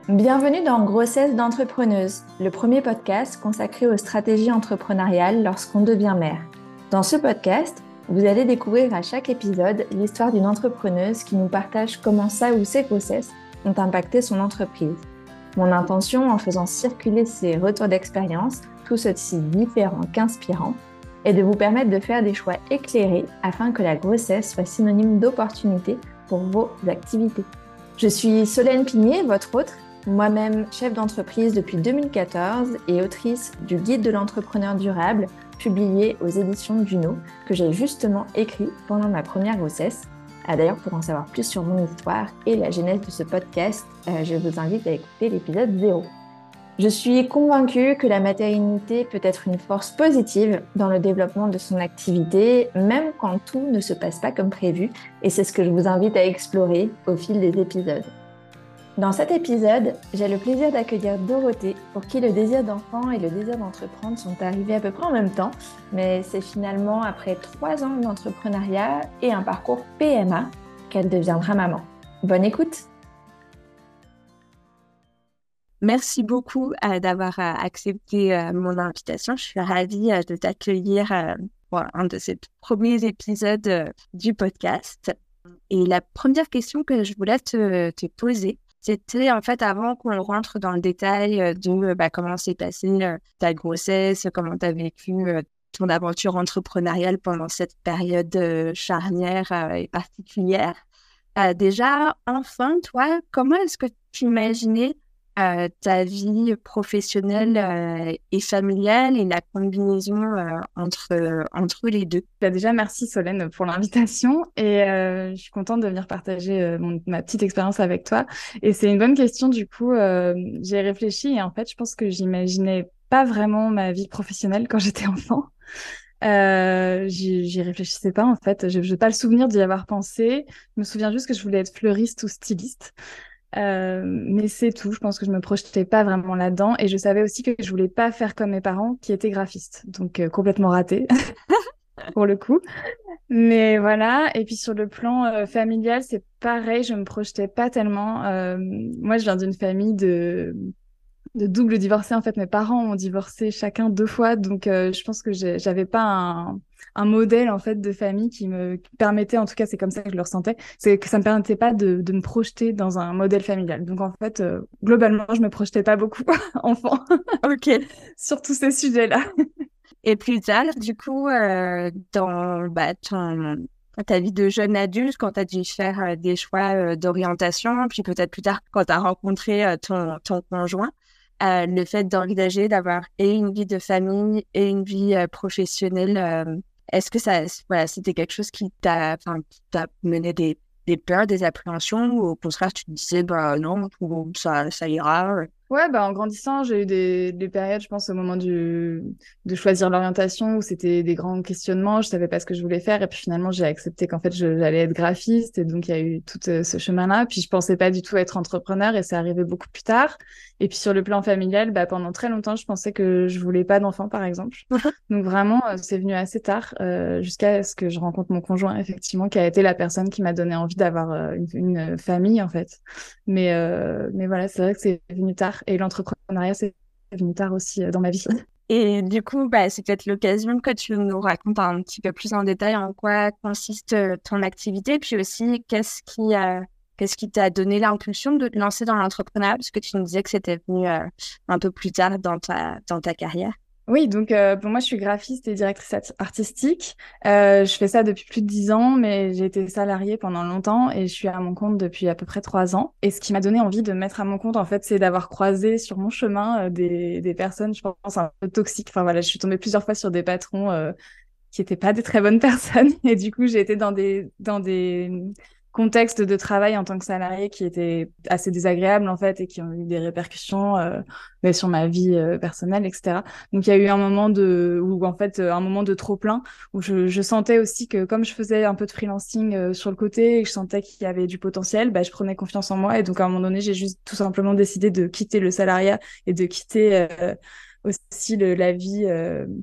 Bienvenue dans Grossesse d'entrepreneuse, le premier podcast consacré aux stratégies entrepreneuriales lorsqu'on devient mère. Dans ce podcast, vous allez découvrir à chaque épisode l'histoire d'une entrepreneuse qui nous partage comment sa ou ses grossesses ont impacté son entreprise. Mon intention en faisant circuler ces retours d'expérience, tous aussi différents qu'inspirants, est de vous permettre de faire des choix éclairés afin que la grossesse soit synonyme d'opportunité pour vos activités. Je suis Solène Pigné, votre hôte, moi-même chef d'entreprise depuis 2014 et autrice du Guide de l'entrepreneur durable, publié aux éditions Juno, que j'ai justement écrit pendant ma première grossesse. D'ailleurs, pour en savoir plus sur mon histoire et la genèse de ce podcast, je vous invite à écouter l'épisode 0. Je suis convaincue que la maternité peut être une force positive dans le développement de son activité, même quand tout ne se passe pas comme prévu, et c'est ce que je vous invite à explorer au fil des épisodes. Dans cet épisode, j'ai le plaisir d'accueillir Dorothée, pour qui le désir d'enfant et le désir d'entreprendre sont arrivés à peu près en même temps, mais c'est finalement après 3 ans d'entrepreneuriat et un parcours PMA qu'elle deviendra maman. Bonne écoute! Merci beaucoup d'avoir accepté mon invitation. Je suis ravie de t'accueillir pour un de ces premiers épisodes du podcast. Et la première question que je voulais te poser, c'était en fait avant qu'on rentre dans le détail de comment s'est passée ta grossesse, comment tu as vécu ton aventure entrepreneuriale pendant cette période charnière et particulière. Déjà, enfin, toi, comment est-ce que tu imaginais ta vie professionnelle et familiale et la combinaison entre les deux? Déjà, merci Solène pour l'invitation et je suis contente de venir partager ma petite expérience avec toi. Et c'est une bonne question, du coup, j'ai réfléchi et en fait, je pense que j'imaginais pas vraiment ma vie professionnelle quand j'étais enfant. J'y réfléchissais pas en fait, je n'ai pas le souvenir d'y avoir pensé. Je me souviens juste que je voulais être fleuriste ou styliste. Mais c'est tout, je pense que je me projetais pas vraiment là-dedans et je savais aussi que je voulais pas faire comme mes parents qui étaient graphistes, donc complètement raté pour le coup. Mais voilà, et puis sur le plan familial, c'est pareil, je me projetais pas tellement. Moi, je viens d'une famille de double divorcés. En fait, mes parents ont divorcé chacun 2 fois, donc je pense que j'avais pas un modèle en fait de famille qui me permettait, en tout cas c'est comme ça que je le ressentais, c'est que ça me permettait pas de me projeter dans un modèle familial. Donc en fait, globalement, je me projetais pas beaucoup enfant Ok. sur tous ces sujets-là. Et plus tard, du coup, dans ta vie de jeune adulte, quand tu as dû faire des choix d'orientation, puis peut-être plus tard, quand tu as rencontré ton conjoint, le fait d'envisager d'avoir et une vie de famille et une vie professionnelle, est-ce que c'était quelque chose qui t'a mené des peurs, des appréhensions, ou au contraire, tu te disais, non, ça ira? Ouais, en grandissant, j'ai eu des périodes, je pense, au moment de choisir l'orientation où c'était des grands questionnements, je savais pas ce que je voulais faire et puis finalement j'ai accepté qu'en fait j'allais être graphiste et donc il y a eu tout ce chemin-là. Puis je pensais pas du tout être entrepreneur et c'est arrivé beaucoup plus tard. Et puis sur le plan familial, pendant très longtemps, je pensais que je voulais pas d'enfant, par exemple. Donc vraiment, c'est venu assez tard, jusqu'à ce que je rencontre mon conjoint, effectivement, qui a été la personne qui m'a donné envie d'avoir une famille, en fait. Mais voilà, c'est vrai que c'est venu tard. Et l'entrepreneuriat, c'est venu tard aussi dans ma vie. Et du coup, c'est peut-être l'occasion que tu nous racontes un petit peu plus en détail en quoi consiste ton activité, puis aussi qu'est-ce qui t'a donné l'impulsion de te lancer dans l'entrepreneuriat, parce que tu nous disais que c'était venu un peu plus tard dans ta carrière. Oui, donc pour moi, je suis graphiste et directrice artistique. Je fais ça depuis plus de 10 ans, mais j'ai été salariée pendant longtemps et je suis à mon compte depuis à peu près 3 ans. Et ce qui m'a donné envie de me mettre à mon compte, en fait, c'est d'avoir croisé sur mon chemin des personnes, je pense, un peu toxiques. Enfin voilà, je suis tombée plusieurs fois sur des patrons qui étaient pas des très bonnes personnes. Et du coup, j'ai été dans des contextes de travail en tant que salariée qui étaient assez désagréables, en fait, et qui ont eu des répercussions sur ma vie personnelle, etc. Donc, il y a eu un moment un moment de trop-plein où je sentais aussi que comme je faisais un peu de freelancing sur le côté et que je sentais qu'il y avait du potentiel, je prenais confiance en moi. Et donc, à un moment donné, j'ai juste tout simplement décidé de quitter le salariat et de quitter aussi la vie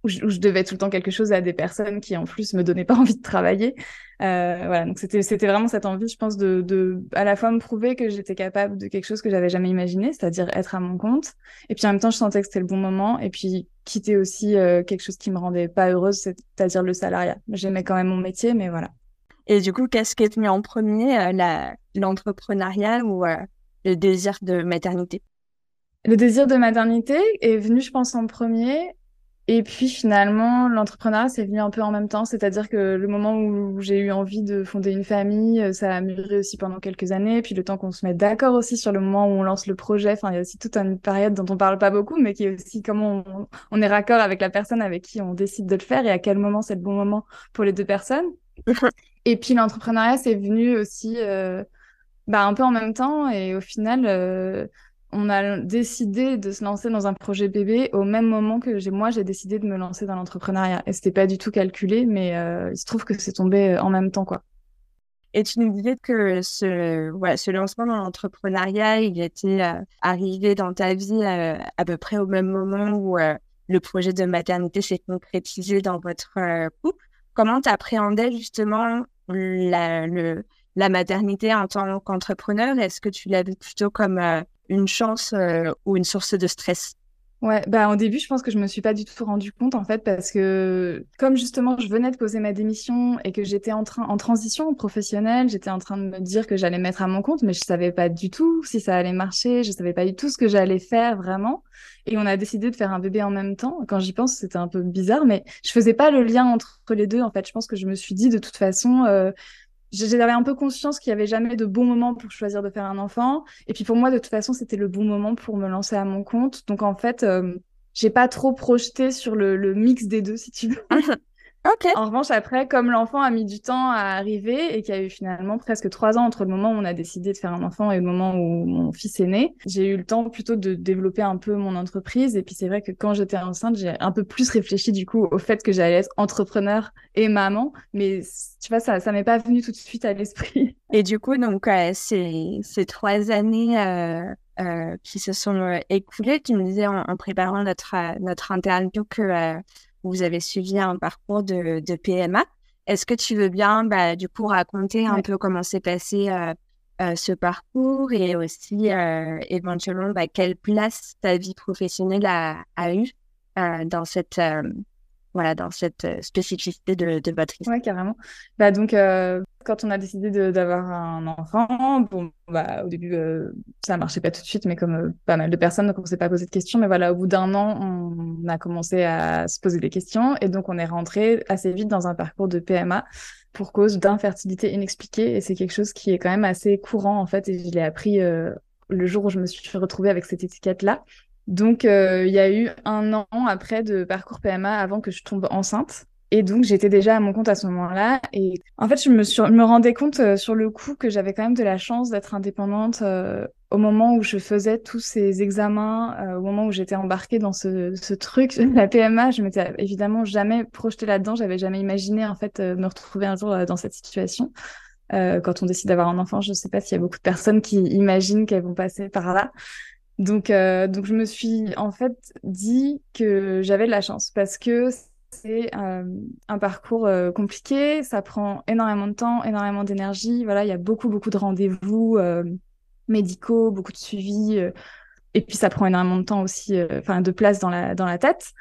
où je devais tout le temps quelque chose à des personnes qui en plus me donnaient pas envie de travailler. Voilà, donc c'était vraiment cette envie, je pense, de à la fois me prouver que j'étais capable de quelque chose que j'avais jamais imaginé, c'est-à-dire être à mon compte. Et puis en même temps, je sentais que c'était le bon moment. Et puis quitter aussi quelque chose qui me rendait pas heureuse, c'est-à-dire le salariat. J'aimais quand même mon métier, mais voilà. Et du coup, qu'est-ce qui est venu en premier, l'entrepreneuriat ou le désir de maternité? Le désir de maternité est venu, je pense, en premier. Et puis finalement, l'entrepreneuriat, c'est venu un peu en même temps. C'est-à-dire que le moment où j'ai eu envie de fonder une famille, ça a mûri aussi pendant quelques années. Puis le temps qu'on se mette d'accord aussi sur le moment où on lance le projet. Enfin, il y a aussi toute une période dont on parle pas beaucoup, mais qui est aussi comment on est raccord avec la personne avec qui on décide de le faire et à quel moment c'est le bon moment pour les deux personnes. Et puis l'entrepreneuriat, c'est venu aussi un peu en même temps. Et au final, on a décidé de se lancer dans un projet bébé au même moment que moi, j'ai décidé de me lancer dans l'entrepreneuriat. Et c'était pas du tout calculé, mais il se trouve que c'est tombé en même temps, quoi. Et tu nous disais que ce lancement dans l'entrepreneuriat, il était arrivé dans ta vie à peu près au même moment où le projet de maternité s'est concrétisé dans votre couple. Comment tu appréhendais justement la maternité en tant qu'entrepreneur? Est-ce que tu l'as vu plutôt comme une chance ou une source de stress? Ouais, au début, je pense que je me suis pas du tout rendu compte en fait parce que comme justement je venais de poser ma démission et que j'étais en transition professionnelle, j'étais en train de me dire que j'allais mettre à mon compte, mais je savais pas du tout si ça allait marcher, je savais pas du tout ce que j'allais faire vraiment. Et on a décidé de faire un bébé en même temps. Quand j'y pense, c'était un peu bizarre, mais je faisais pas le lien entre les deux en fait. Je pense que je me suis dit de toute façon. J'avais un peu conscience qu'il y avait jamais de bon moment pour choisir de faire un enfant. Et puis pour moi, de toute façon, c'était le bon moment pour me lancer à mon compte. Donc en fait, j'ai pas trop projeté sur le mix des deux, si tu veux. Ok. En revanche, après, comme l'enfant a mis du temps à arriver et qu'il y a eu finalement presque 3 ans entre le moment où on a décidé de faire un enfant et le moment où mon fils est né, j'ai eu le temps plutôt de développer un peu mon entreprise. Et puis c'est vrai que quand j'étais enceinte, j'ai un peu plus réfléchi du coup au fait que j'allais être entrepreneur et maman. Mais tu vois, ça m'est pas venu tout de suite à l'esprit. Et du coup, donc, ces 3 années qui se sont écoulées, tu me disais en préparant notre interview que vous avez suivi un parcours de PMA. Est-ce que tu veux bien, du coup, raconter un peu comment s'est passé ce parcours et aussi éventuellement quelle place ta vie professionnelle a eu dans cette spécificité de votre histoire? Ouais, carrément. Donc, quand on a décidé d'avoir un enfant, bon, au début, ça marchait pas tout de suite, mais comme pas mal de personnes, donc on s'est pas posé de questions. Mais voilà, au bout d'un an, on a commencé à se poser des questions. Et donc, on est rentré assez vite dans un parcours de PMA pour cause d'infertilité inexpliquée. Et c'est quelque chose qui est quand même assez courant, en fait. Et je l'ai appris le jour où je me suis retrouvée avec cette étiquette-là. Donc, il y a eu 1 an après de parcours PMA avant que je tombe enceinte. Et donc, j'étais déjà à mon compte à ce moment-là. Et en fait, je me rendais compte sur le coup que j'avais quand même de la chance d'être indépendante au moment où je faisais tous ces examens, au moment où j'étais embarquée dans ce truc. La PMA, je m'étais évidemment jamais projetée là-dedans. J'avais jamais imaginé, en fait, me retrouver un jour dans cette situation. Quand on décide d'avoir un enfant, je sais pas s'il y a beaucoup de personnes qui imaginent qu'elles vont passer par là. Donc je me suis en fait dit que j'avais de la chance parce que c'est un parcours compliqué, ça prend énormément de temps, énormément d'énergie. Voilà, il y a beaucoup, beaucoup de rendez-vous médicaux, beaucoup de suivi, et puis ça prend énormément de temps aussi, de place dans la tête.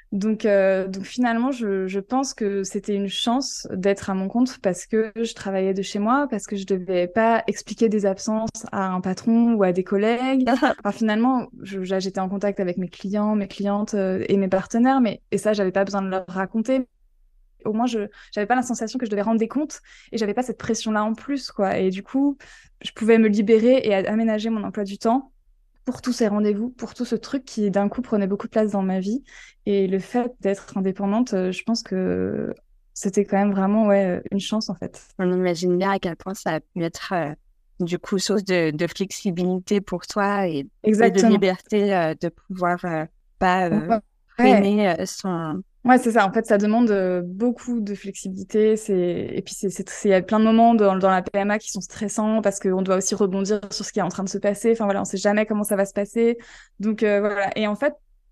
Donc finalement, je pense que c'était une chance d'être à mon compte parce que je travaillais de chez moi, parce que je devais pas expliquer des absences à un patron ou à des collègues. Enfin, finalement, j'étais en contact avec mes clients, mes clientes et mes partenaires, et ça, j'avais pas besoin de leur raconter. Au moins, je j'avais pas la sensation que je devais rendre des comptes et j'avais pas cette pression-là en plus, quoi. Et du coup, je pouvais me libérer et aménager mon emploi du temps pour tous ces rendez-vous, pour tout ce truc qui d'un coup prenait beaucoup de place dans ma vie. Et le fait d'être indépendante, je pense que c'était quand même vraiment une chance en fait. On imagine bien à quel point ça a pu être du coup source de flexibilité pour toi et de Exactement. liberté de pouvoir pas Ouais. freiner son... Ouais, c'est ça. En fait, ça demande beaucoup de flexibilité. Et puis, il y a plein de moments dans la PMA qui sont stressants parce qu'on doit aussi rebondir sur ce qui est en train de se passer. Enfin, voilà, on sait jamais comment ça va se passer. Donc, voilà. Et en fait,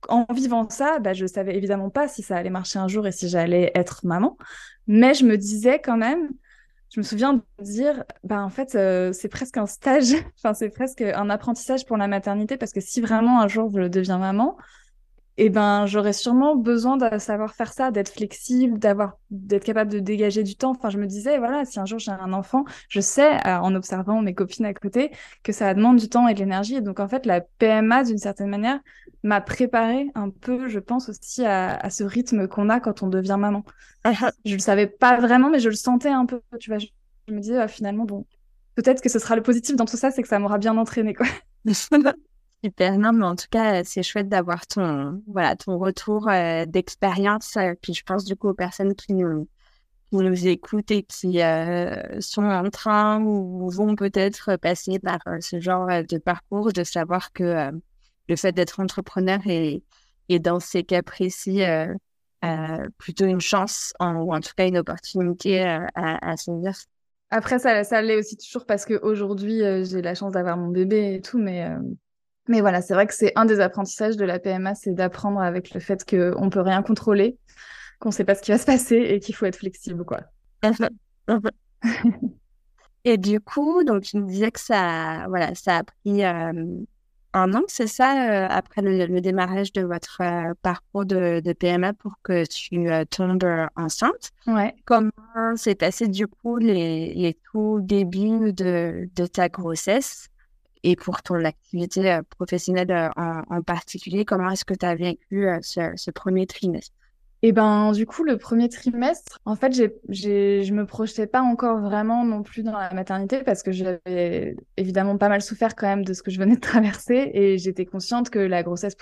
en vivant ça, bah, je savais évidemment pas si ça allait marcher un jour et si j'allais être maman. Mais je me disais quand même, je me souviens de dire, bah, en fait, c'est presque un stage, enfin, c'est presque un apprentissage pour la maternité parce que si vraiment un jour je deviens maman, eh ben, j'aurais sûrement besoin de savoir faire ça, d'être flexible, d'être capable de dégager du temps. Enfin, je me disais, voilà, si un jour j'ai un enfant, je sais, en observant mes copines à côté, que ça demande du temps et de l'énergie. Et donc, en fait, la PMA, d'une certaine manière, m'a préparé un peu, je pense aussi, à ce rythme qu'on a quand on devient maman. Je le savais pas vraiment, mais je le sentais un peu, tu vois. Je me disais, finalement, bon, peut-être que ce sera le positif dans tout ça, c'est que ça m'aura bien entraîné, quoi. Super, non, mais en tout cas, c'est chouette d'avoir ton retour d'expérience. Puis je pense du coup aux personnes qui nous écoutent et qui sont en train ou vont peut-être passer par ce genre de parcours, de savoir que le fait d'être entrepreneur est dans ces cas précis plutôt une chance ou en tout cas une opportunité à saisir. Après, ça l'est aussi toujours parce qu'aujourd'hui, j'ai la chance d'avoir mon bébé et tout, mais voilà, c'est vrai que c'est un des apprentissages de la PMA, c'est d'apprendre avec le fait qu'on peut rien contrôler, qu'on sait pas ce qui va se passer et qu'il faut être flexible, quoi. Et du coup, donc tu me disais que ça a pris un an, c'est ça, après le démarrage de votre parcours de PMA pour que tu tombes enceinte. Ouais. Comment s'est passé du coup les tout débuts de ta grossesse et pour ton activité professionnelle en particulier, comment est-ce que tu as vécu ce premier trimestre? Et ben, du coup, le premier trimestre, en fait, je me projetais pas encore vraiment non plus dans la maternité parce que j'avais évidemment pas mal souffert quand même de ce que je venais de traverser et j'étais consciente que la grossesse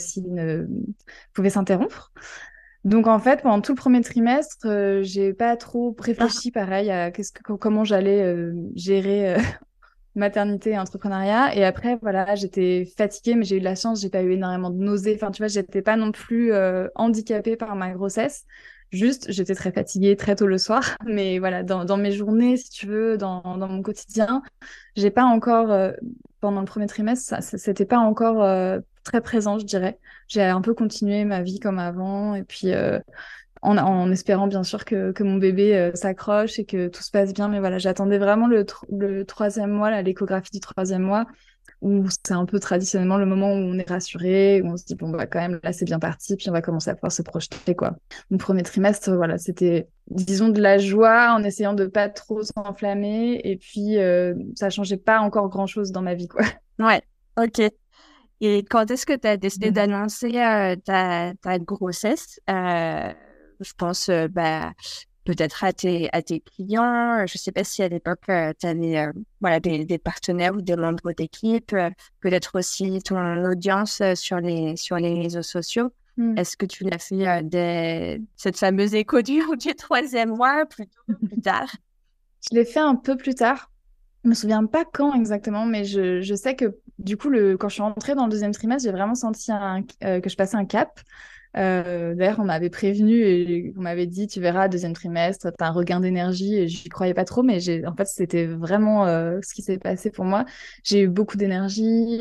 pouvait s'interrompre. Donc, en fait, pendant tout le premier trimestre, j'ai pas trop réfléchi pareil à comment j'allais gérer maternité et entrepreneuriat. Et après, voilà, j'étais fatiguée, mais j'ai eu de la chance, j'ai pas eu énormément de nausées. Enfin, tu vois, j'étais pas non plus handicapée par ma grossesse. Juste, j'étais très fatiguée très tôt le soir. Mais voilà, dans mes journées, si tu veux, dans mon quotidien, j'ai pas encore, pendant le premier trimestre, c'était pas encore très présent, je dirais. J'ai un peu continué ma vie comme avant. Et puis, en espérant bien sûr que mon bébé s'accroche et que tout se passe bien. Mais voilà, j'attendais vraiment le troisième mois, l'échographie du troisième mois, où c'est un peu traditionnellement le moment où on est rassuré, où on se dit, bon, bah quand même, là, c'est bien parti, puis on va commencer à pouvoir se projeter, quoi. Mon premier trimestre, voilà, c'était, disons, de la joie en essayant de pas trop s'enflammer. Et puis, ça changeait pas encore grand-chose dans ma vie, quoi. Ouais, ok. Et quand est-ce que tu as décidé d'annoncer ta grossesse? Je pense peut-être à tes clients. Je ne sais pas si à l'époque, tu avais voilà, des partenaires ou des membres d'équipe. Peut-être aussi ton audience sur les réseaux sociaux. Est-ce que tu l'as fait dès cette fameuse écho du troisième mois, plutôt plus tard? Je l'ai fait un peu plus tard. Je me souviens pas quand exactement, mais je sais que du coup, quand je suis rentrée dans le deuxième trimestre, j'ai vraiment senti que je passais un cap. D'ailleurs, on m'avait prévenu et on m'avait dit, tu verras, deuxième trimestre, t'as un regain d'énergie et j'y croyais pas trop, mais en fait, c'était vraiment ce qui s'est passé pour moi. J'ai eu beaucoup d'énergie.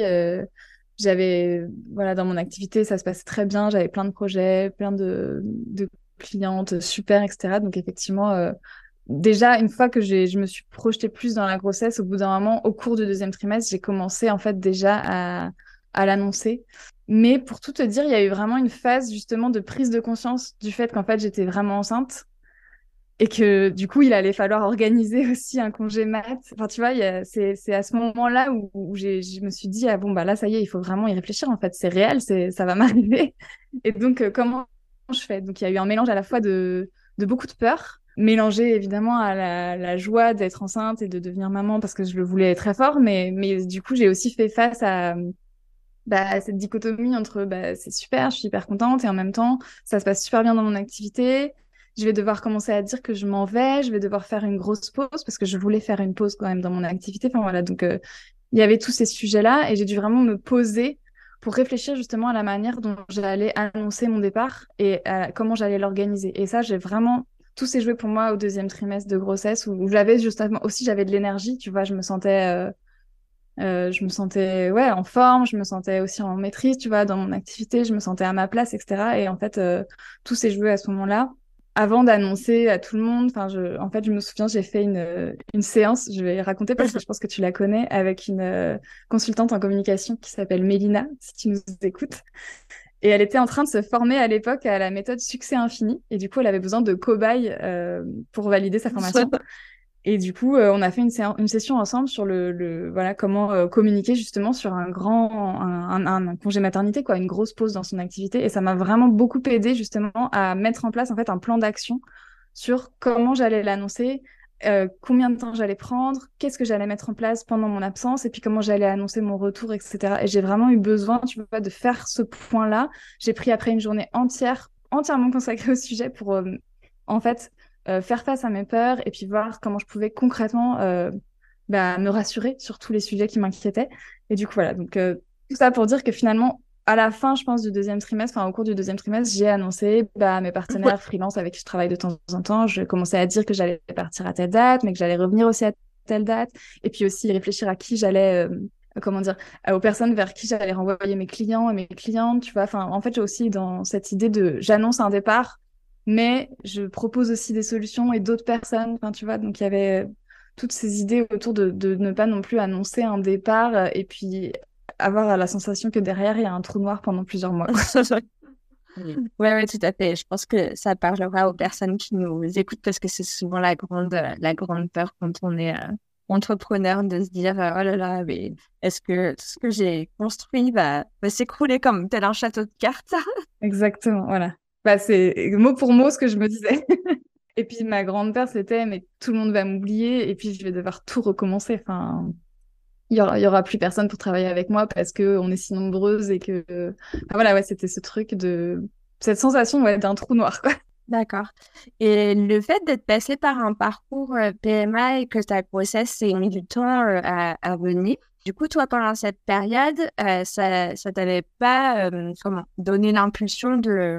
Voilà, dans mon activité, ça se passait très bien. J'avais plein de projets, plein de clientes super, etc. Donc, effectivement, déjà, une fois que je me suis projetée plus dans la grossesse, au bout d'un moment, au cours du deuxième trimestre, j'ai commencé en fait déjà à l'annoncer. Mais pour tout te dire, il y a eu vraiment une phase justement de prise de conscience du fait qu'en fait j'étais vraiment enceinte et que du coup il allait falloir organiser aussi un congé mat. Enfin tu vois, c'est à ce moment-là où je me suis dit ah bon bah là ça y est, il faut vraiment y réfléchir en fait, c'est réel, ça va m'arriver. Et donc comment je fais? Donc il y a eu un mélange à la fois de beaucoup de peur, mélangé évidemment à la joie d'être enceinte et de devenir maman parce que je le voulais très fort, mais du coup j'ai aussi fait face à cette dichotomie entre c'est super, je suis hyper contente et en même temps, ça se passe super bien dans mon activité. Je vais devoir commencer à dire que je m'en vais, je vais devoir faire une grosse pause parce que je voulais faire une pause quand même dans mon activité. Enfin voilà, donc il y avait tous ces sujets-là et j'ai dû vraiment me poser pour réfléchir justement à la manière dont j'allais annoncer mon départ et à comment j'allais l'organiser. Et ça, j'ai vraiment tout s'est joué pour moi au deuxième trimestre de grossesse où j'avais justement aussi j'avais de l'énergie, tu vois, je me sentais Je me sentais en forme, je me sentais aussi en maîtrise, tu vois, dans mon activité, je me sentais à ma place, etc. Et en fait, tout s'est joué à ce moment-là. Avant d'annoncer à tout le monde, en fait, je me souviens, j'ai fait une séance, je vais raconter parce que je pense que tu la connais, avec une consultante en communication qui s'appelle Mélina, si tu nous écoutes. Et elle était en train de se former à l'époque à la méthode succès infini. Et du coup, elle avait besoin de cobayes pour valider sa formation. Et du coup, on a fait une session ensemble sur voilà, comment communiquer justement sur un congé maternité, quoi, une grosse pause dans son activité. Et ça m'a vraiment beaucoup aidé justement à mettre en place en fait un plan d'action sur comment j'allais l'annoncer, combien de temps j'allais prendre, qu'est-ce que j'allais mettre en place pendant mon absence, et puis comment j'allais annoncer mon retour, etc. Et j'ai vraiment eu besoin, tu vois, de faire ce point-là. J'ai pris après une journée entièrement consacrée au sujet pour en fait faire face à mes peurs et puis voir comment je pouvais concrètement me rassurer sur tous les sujets qui m'inquiétaient. Et du coup, voilà. Donc, tout ça pour dire que finalement, à la fin, je pense, du deuxième trimestre, au cours du deuxième trimestre, j'ai annoncé à mes partenaires freelance avec qui je travaille de temps en temps. Je commençais à dire que j'allais partir à telle date, mais que j'allais revenir aussi à telle date. Et puis aussi réfléchir à qui j'allais, comment dire, aux personnes vers qui j'allais renvoyer mes clients et mes clientes, tu vois. Enfin, en fait, j'ai aussi dans cette idée de j'annonce un départ, mais je propose aussi des solutions et d'autres personnes. Enfin, tu vois, donc il y avait toutes ces idées autour de ne pas non plus annoncer un départ et puis avoir la sensation que derrière, il y a un trou noir pendant plusieurs mois, quoi. Oui, ouais, tout à fait. Je pense que ça parlera aux personnes qui nous écoutent parce que c'est souvent la grande peur quand on est entrepreneur de se dire oh là là, mais est-ce que tout ce que j'ai construit va s'écrouler comme tel un château de cartes? Exactement, voilà. C'est mot pour mot ce que je me disais. Et puis ma grande peur, c'était, mais tout le monde va m'oublier et puis je vais devoir tout recommencer. Enfin, il y aura plus personne pour travailler avec moi parce que on est si nombreuses et que, voilà, ouais, c'était ce truc cette sensation, ouais, d'un trou noir, quoi. D'accord. Et le fait d'être passé par un parcours PMA et que ta grossesse ait mis du temps à venir, du coup, toi, pendant cette période, ça t'avait pas donné l'impulsion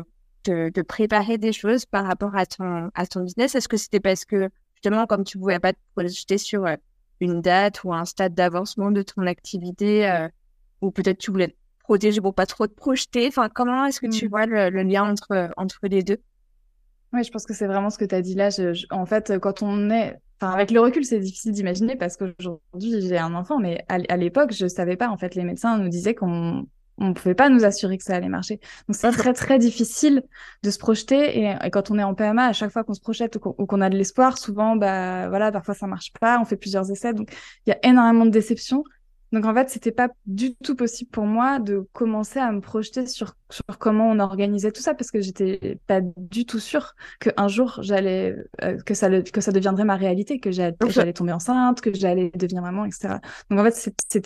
de préparer des choses par rapport à ton business? Est-ce que c'était parce que, justement, comme tu ne pouvais pas te projeter sur une date ou un stade d'avancement de ton activité, ou peut-être tu voulais te protéger pour pas trop te projeter? Enfin, comment est-ce que tu vois le lien entre les deux? Oui, je pense que c'est vraiment ce que tu as dit là. En fait, quand on est... Enfin, avec le recul, c'est difficile d'imaginer parce qu'aujourd'hui, j'ai un enfant, mais à l'époque, je savais pas. En fait, les médecins nous disaient qu'on ne pouvait pas nous assurer que ça allait marcher. Donc, c'est très, très difficile de se projeter. Et quand on est en PMA, à chaque fois qu'on se projette ou qu'on a de l'espoir, souvent, voilà, parfois, ça marche pas. On fait plusieurs essais. Donc, il y a énormément de déceptions. Donc, en fait, c'était pas du tout possible pour moi de commencer à me projeter sur comment on organisait tout ça parce que j'étais pas du tout sûre qu'un jour que ça deviendrait ma réalité, que j'allais tomber enceinte, que j'allais devenir maman, etc. Donc en fait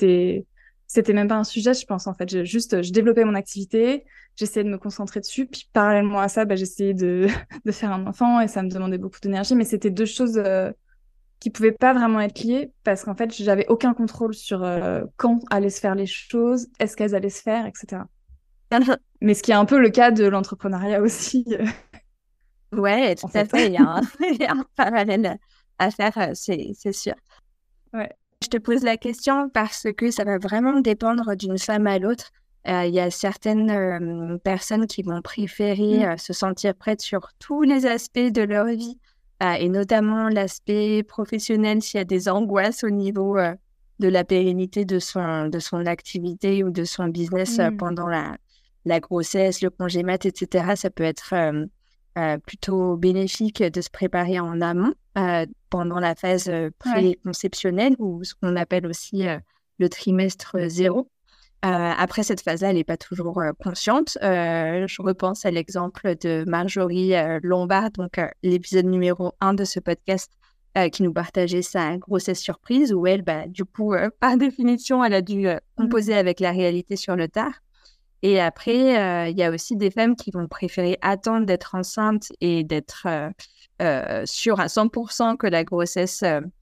c'était même pas un sujet, je pense. En fait, je développais mon activité, j'essayais de me concentrer dessus, puis parallèlement à ça, j'essayais de de faire un enfant et ça me demandait beaucoup d'énergie, mais c'était deux choses qui pouvaient pas vraiment être liées parce qu'en fait j'avais aucun contrôle sur quand allaient se faire les choses, est-ce qu'elles allaient se faire, etc. Mais ce qui est un peu le cas de l'entrepreneuriat aussi. Ouais, tout En à fait. fait. Il y a il y a un parallèle à faire, c'est sûr. Ouais. Je te pose la question parce que ça va vraiment dépendre d'une femme à l'autre. Il y a certaines personnes qui vont préférer se sentir prêtes sur tous les aspects de leur vie, et notamment l'aspect professionnel s'il y a des angoisses au niveau de la pérennité de son activité ou de son business pendant la grossesse, le congé mat, etc. Ça peut être plutôt bénéfique de se préparer en amont pendant la phase pré-conceptionnelle ou ce qu'on appelle aussi le trimestre 0. Après, cette phase-là, elle n'est pas toujours consciente. Je repense à l'exemple de Marjorie Lombard, donc l'épisode numéro 1 de ce podcast, qui nous partageait sa grossesse surprise, où elle, du coup, par définition, elle a dû composer avec la réalité sur le tard. Et après, il y a aussi des femmes qui vont préférer attendre d'être enceinte et d'être sûres à 100% que la grossesse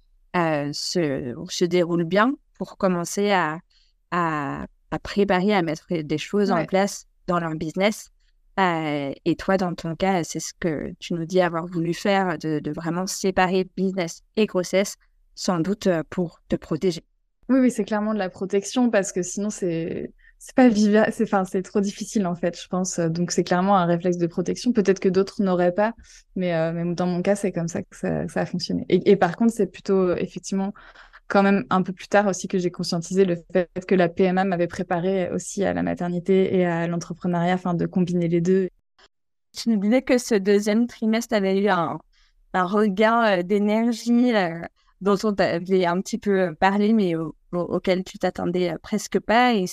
se déroule bien pour commencer à préparer, à mettre des choses en place dans leur business. Et toi, dans ton cas, c'est ce que tu nous dis avoir voulu faire, de vraiment séparer business et grossesse, sans doute pour te protéger. Oui, oui, c'est clairement de la protection parce que sinon c'est pas vivable, c'est trop difficile en fait, je pense. Donc c'est clairement un réflexe de protection. Peut-être que d'autres n'auraient pas, mais dans mon cas, c'est comme ça que ça a fonctionné. Et par contre, c'est plutôt effectivement quand même un peu plus tard aussi que j'ai conscientisé le fait que la PMA m'avait préparé aussi à la maternité et à l'entrepreneuriat, afin de combiner les deux. Tu nous disais que ce deuxième trimestre avait eu un regain d'énergie dont on t'avait un petit peu parlé, mais auquel tu t'attendais presque pas. Et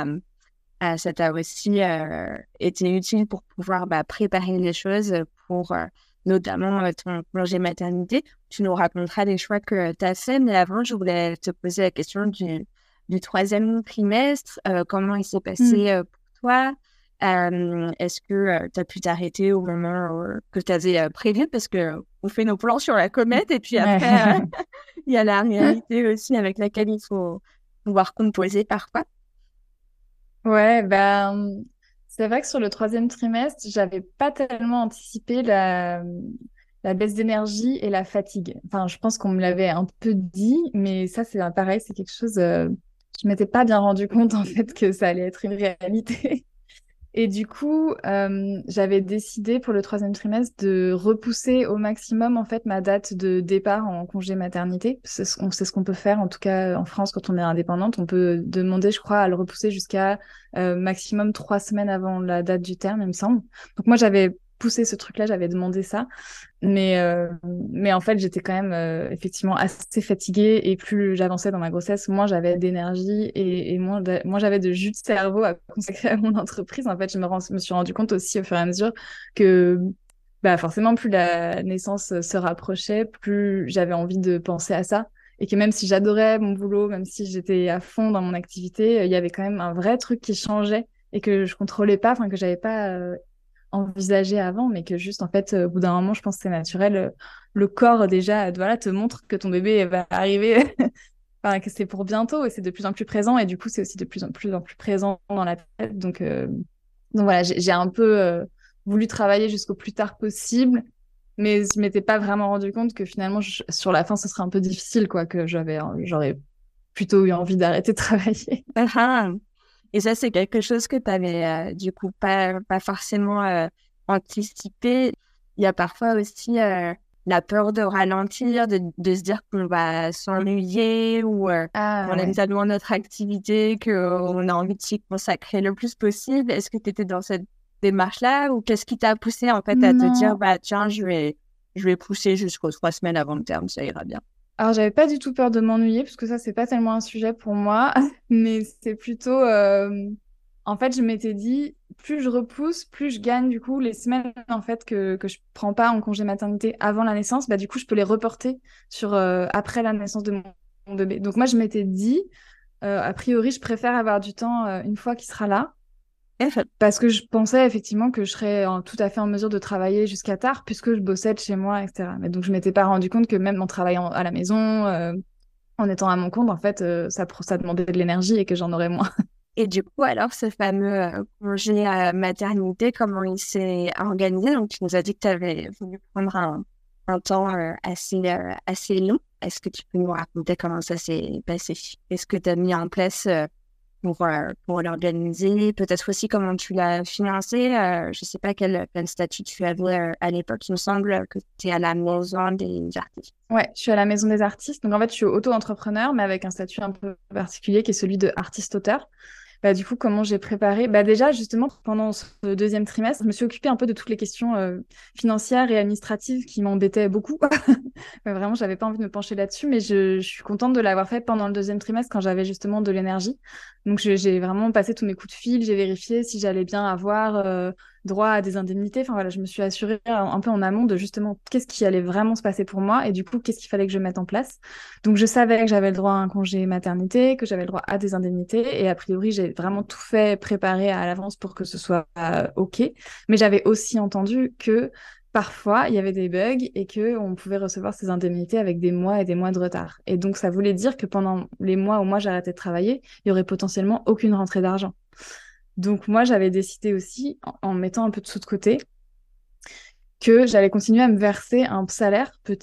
ça t'a aussi été utile pour pouvoir préparer les choses pour notamment ton congé maternité. Tu nous raconteras les choix que tu as fait, mais avant, je voulais te poser la question du troisième trimestre. Comment il s'est Mm. passé pour toi? Est-ce que tu as pu t'arrêter au moment que tu avais prévu? Parce que on fait nos plans sur la comète et puis après, Ouais. il y a la réalité aussi avec laquelle il faut pouvoir composer parfois. Ouais, ben, c'est vrai que sur le troisième trimestre, j'avais pas tellement anticipé la baisse d'énergie et la fatigue. Enfin, je pense qu'on me l'avait un peu dit, mais ça, c'est pareil, c'est quelque chose, je m'étais pas bien rendu compte, en fait, que ça allait être une réalité. Et du coup, j'avais décidé pour le troisième trimestre de repousser au maximum en fait ma date de départ en congé maternité. C'est ce qu'on peut faire en tout cas en France quand on est indépendante. On peut demander, je crois, à le repousser jusqu'à maximum 3 semaines avant la date du terme, il me semble. Donc moi, j'avais poussé ce truc-là, j'avais demandé ça. Mais en fait, j'étais quand même effectivement assez fatiguée et plus j'avançais dans ma grossesse, moins j'avais d'énergie et moins j'avais de jus de cerveau à consacrer à mon entreprise. En fait, me suis rendu compte aussi au fur et à mesure que bah, forcément, plus la naissance se rapprochait, plus j'avais envie de penser à ça. Et que même si j'adorais mon boulot, même si j'étais à fond dans mon activité, il y avait quand même un vrai truc qui changeait et que je contrôlais pas, enfin que j'avais pas envisagé avant, mais que juste, en fait, au bout d'un moment, je pense que c'est naturel. Le corps, déjà, voilà, te montre que ton bébé va arriver, enfin, que c'est pour bientôt et c'est de plus en plus présent. Et du coup, c'est aussi de plus en plus présent dans la tête. Donc voilà, j'ai un peu voulu travailler jusqu'au plus tard possible, mais je m'étais pas vraiment rendu compte que finalement, sur la fin, ce serait un peu difficile, quoi, que j'aurais plutôt eu envie d'arrêter de travailler. Ah, et ça, c'est quelque chose que tu avais du coup pas forcément anticipé. Il y a parfois aussi la peur de ralentir, de se dire qu'on va s'ennuyer ou Ah qu'on aime ouais. tellement notre activité, qu'on a envie de s'y consacrer le plus possible. Est-ce que tu étais dans cette démarche-là ou qu'est-ce qui t'a poussé en fait à te dire, Non. bah tiens, je vais pousser jusqu'aux 3 semaines avant le terme, ça ira bien. Alors, j'avais pas du tout peur de m'ennuyer, parce que ça, c'est pas tellement un sujet pour moi, mais c'est plutôt, en fait, je m'étais dit, plus je repousse, plus je gagne, du coup, les semaines, en fait, que je prends pas en congé maternité avant la naissance, bah, du coup, je peux les reporter sur, après la naissance de mon bébé. Donc, moi, je m'étais dit, a priori, je préfère avoir du temps, une fois qu'il sera là, parce que je pensais effectivement que je serais tout à fait en mesure de travailler jusqu'à tard puisque je bossais de chez moi, etc. Mais donc je m'étais pas rendu compte que même en travaillant à la maison, en étant à mon compte, en fait, ça demandait de l'énergie et que j'en aurais moins. Et du coup, alors, ce fameux congé maternité, comment il s'est organisé? Donc, tu nous as dit que tu avais voulu prendre un temps assez long. Est-ce que tu peux nous raconter comment ça s'est passé? Est-ce que tu as mis en place pour l'organiser? Peut-être aussi comment tu l'as financé? Je ne sais pas quel statut tu avais à l'époque. Il me semble que tu es à la maison des artistes. Ouais, je suis à la Maison des artistes. Donc en fait, je suis auto-entrepreneur, mais avec un statut un peu particulier qui est celui de artiste-auteur. Bah, du coup, comment j'ai préparé? Bah, déjà, justement, pendant ce deuxième trimestre, je me suis occupée un peu de toutes les questions financières et administratives qui m'embêtaient beaucoup. Vraiment, j'avais pas envie de me pencher là-dessus, mais je suis contente de l'avoir fait pendant le deuxième trimestre quand j'avais justement de l'énergie. Donc, j'ai vraiment passé tous mes coups de fil, j'ai vérifié si j'allais bien avoir droit à des indemnités. Enfin voilà, je me suis assurée un peu en amont de justement qu'est-ce qui allait vraiment se passer pour moi et du coup, qu'est-ce qu'il fallait que je mette en place. Donc, je savais que j'avais le droit à un congé maternité, que j'avais le droit à des indemnités et a priori, j'ai vraiment tout fait préparer à l'avance pour que ce soit OK. Mais j'avais aussi entendu que parfois, il y avait des bugs et que on pouvait recevoir ces indemnités avec des mois et des mois de retard. Et donc, ça voulait dire que pendant les mois où moi j'arrêtais de travailler, il y aurait potentiellement aucune rentrée d'argent. Donc, moi, j'avais décidé aussi, en mettant un peu de sous de côté, que j'allais continuer à me verser un salaire petit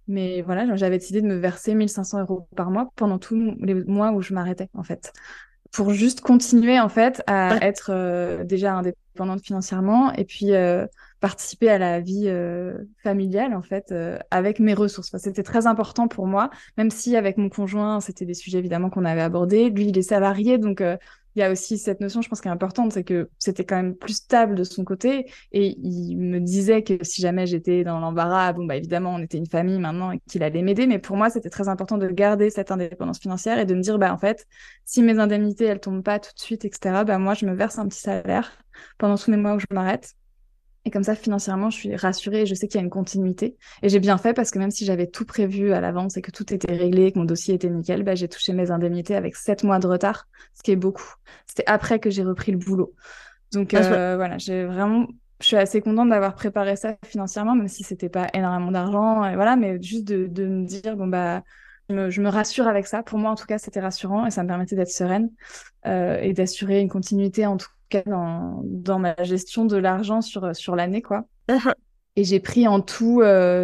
Mais voilà, j'avais décidé de me verser 1 500 € par mois pendant tous les mois où je m'arrêtais, en fait. Pour juste continuer, en fait, à être déjà indépendante financièrement et puis participer à la vie familiale, en fait, avec mes ressources. Enfin, c'était très important pour moi, même si avec mon conjoint, c'était des sujets évidemment qu'on avait abordés. Lui, il est salarié, donc il y a aussi cette notion, je pense, qui est importante, c'est que c'était quand même plus stable de son côté. Et il me disait que si jamais j'étais dans l'embarras, bon, bah évidemment, on était une famille maintenant et qu'il allait m'aider. Mais pour moi, c'était très important de garder cette indépendance financière et de me dire, bah en fait, si mes indemnités, elles tombent pas tout de suite, etc., bah moi, je me verse un petit salaire pendant tous mes mois où je m'arrête. Et comme ça, financièrement, je suis rassurée et je sais qu'il y a une continuité. Et j'ai bien fait parce que même si j'avais tout prévu à l'avance et que tout était réglé, que mon dossier était nickel, bah, j'ai touché mes indemnités avec 7 mois de retard, ce qui est beaucoup. C'était après que j'ai repris le boulot. Donc voilà, je suis assez contente d'avoir préparé ça financièrement, même si c'était pas énormément d'argent, et voilà, mais juste de me dire, bon bah, je me rassure avec ça. Pour moi, en tout cas, c'était rassurant et ça me permettait d'être sereine et d'assurer une continuité, en tout cas, dans ma gestion de l'argent sur l'année, quoi. Et j'ai pris en tout,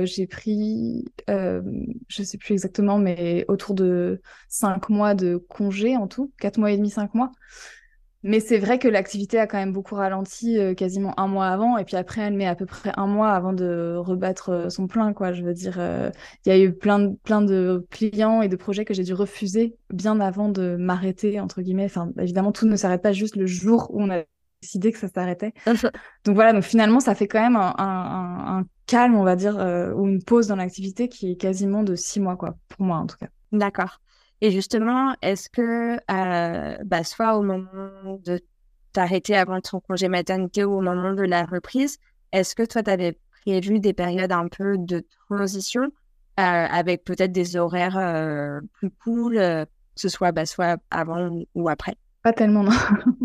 je sais plus exactement, mais autour de 5 mois de congé en tout, 4 mois et demi, 5 mois. Mais c'est vrai que l'activité a quand même beaucoup ralenti quasiment un mois avant. Et puis après, elle met à peu près un mois avant de rebattre son plein, quoi. Je veux dire, il y a eu plein de clients et de projets que j'ai dû refuser bien avant de m'arrêter, entre guillemets. Enfin, évidemment, tout ne s'arrête pas juste le jour où on a décidé que ça s'arrêtait. Donc voilà, donc finalement, ça fait quand même un calme, on va dire, ou une pause dans l'activité qui est quasiment de 6 mois, quoi. Pour moi, en tout cas. D'accord. Et justement, est-ce que, soit au moment de t'arrêter avant ton congé maternité ou au moment de la reprise, est-ce que toi, tu avais prévu des périodes un peu de transition avec peut-être des horaires plus cool, que ce soit soit avant ou après? Pas tellement, non.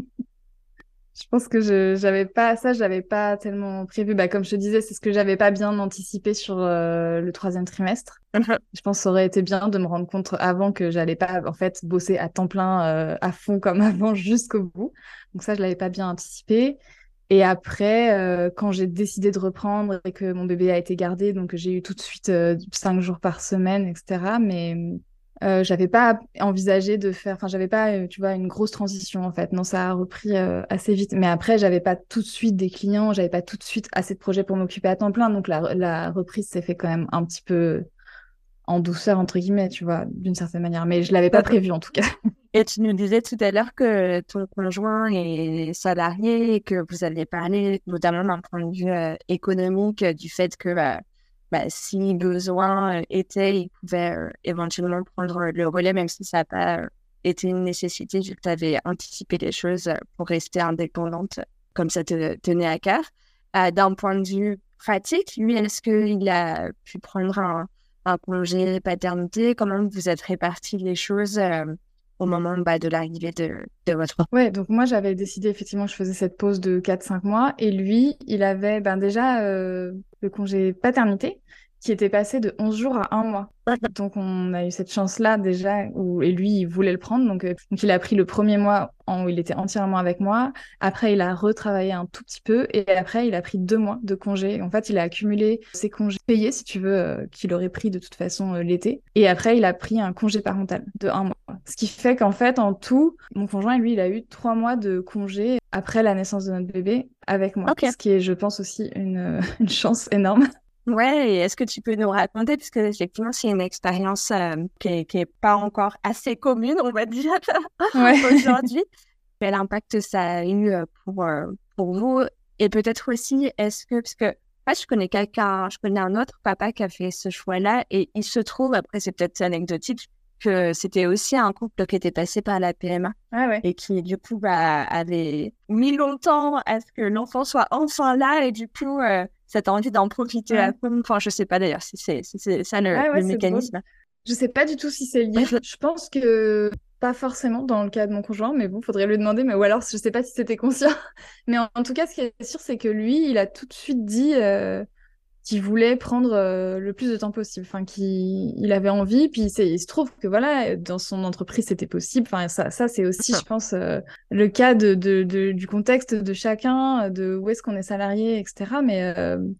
Je pense que j'avais pas tellement prévu. Bah, comme je te disais, c'est ce que j'avais pas bien anticipé sur le troisième trimestre. Je pense que ça aurait été bien de me rendre compte avant que j'allais pas, en fait, bosser à temps plein, à fond comme avant jusqu'au bout. Donc ça, je l'avais pas bien anticipé. Et après, quand j'ai décidé de reprendre et que mon bébé a été gardé, donc j'ai eu tout de suite 5 jours par semaine, etc. Mais j'avais pas envisagé de faire, enfin, j'avais pas, tu vois, une grosse transition en fait. Non, ça a repris assez vite. Mais après, j'avais pas tout de suite des clients, j'avais pas tout de suite assez de projets pour m'occuper à temps plein. Donc la reprise s'est fait quand même un petit peu en douceur, entre guillemets, tu vois, d'une certaine manière. Mais je l'avais pas prévu en tout cas. Et tu nous disais tout à l'heure que ton conjoint est salarié et que vous aviez parlé notamment d'un point de vue économique du fait que si besoin était, il pouvait éventuellement prendre le relais, même si ça n'a pas été une nécessité, vu que tu avais anticipé les choses pour rester indépendante, comme ça te tenait à cœur. D'un point de vue pratique, lui, est-ce qu'il a pu prendre un congé paternité? Comment vous êtes répartis les choses au moment de l'arrivée de votre enfant? Ouais, donc moi j'avais décidé effectivement que je faisais cette pause de 4 5 mois et lui, il avait déjà le congé paternité qui était passé de 11 jours à 1 mois. Donc on a eu cette chance-là déjà et lui il voulait le prendre donc il a pris le premier mois où il était entièrement avec moi. Après il a retravaillé un tout petit peu et après il a pris 2 mois de congé. En fait il a accumulé ses congés payés si tu veux qu'il aurait pris de toute façon l'été et après il a pris un congé parental de 1 mois. Ce qui fait qu'en fait en tout mon conjoint lui il a eu 3 mois de congé après la naissance de notre bébé avec moi. Ok. Ce qui est je pense aussi une chance énorme. Ouais, et est-ce que tu peux nous raconter, puisque effectivement c'est une expérience qui est pas encore assez commune, on va dire, Ouais. aujourd'hui, quel impact ça a eu pour vous, et peut-être aussi, est-ce que, parce que moi je connais un autre papa qui a fait ce choix-là, et il se trouve, après c'est peut-être anecdotique, que c'était aussi un couple qui était passé par la PMA. Ah ouais. Et qui, du coup, avait mis longtemps à ce que l'enfant soit enfin là. Et du coup, ça t'a envie d'en profiter à fond. Enfin, je sais pas d'ailleurs si c'est ça Ah ouais, le c'est drôle. mécanisme. Je sais pas du tout si c'est lié. Je pense que pas forcément dans le cas de mon conjoint, mais bon, faudrait lui demander. Mais ou alors, je sais pas si c'était conscient. Mais en tout cas, ce qui est sûr, c'est que lui, il a tout de suite dit qu'il voulait prendre le plus de temps possible. Enfin, qu'il avait envie. Puis il se trouve que voilà, dans son entreprise, c'était possible. Enfin, ça c'est aussi, je pense, le cas du contexte de chacun, de où est-ce qu'on est salarié, etc. Mais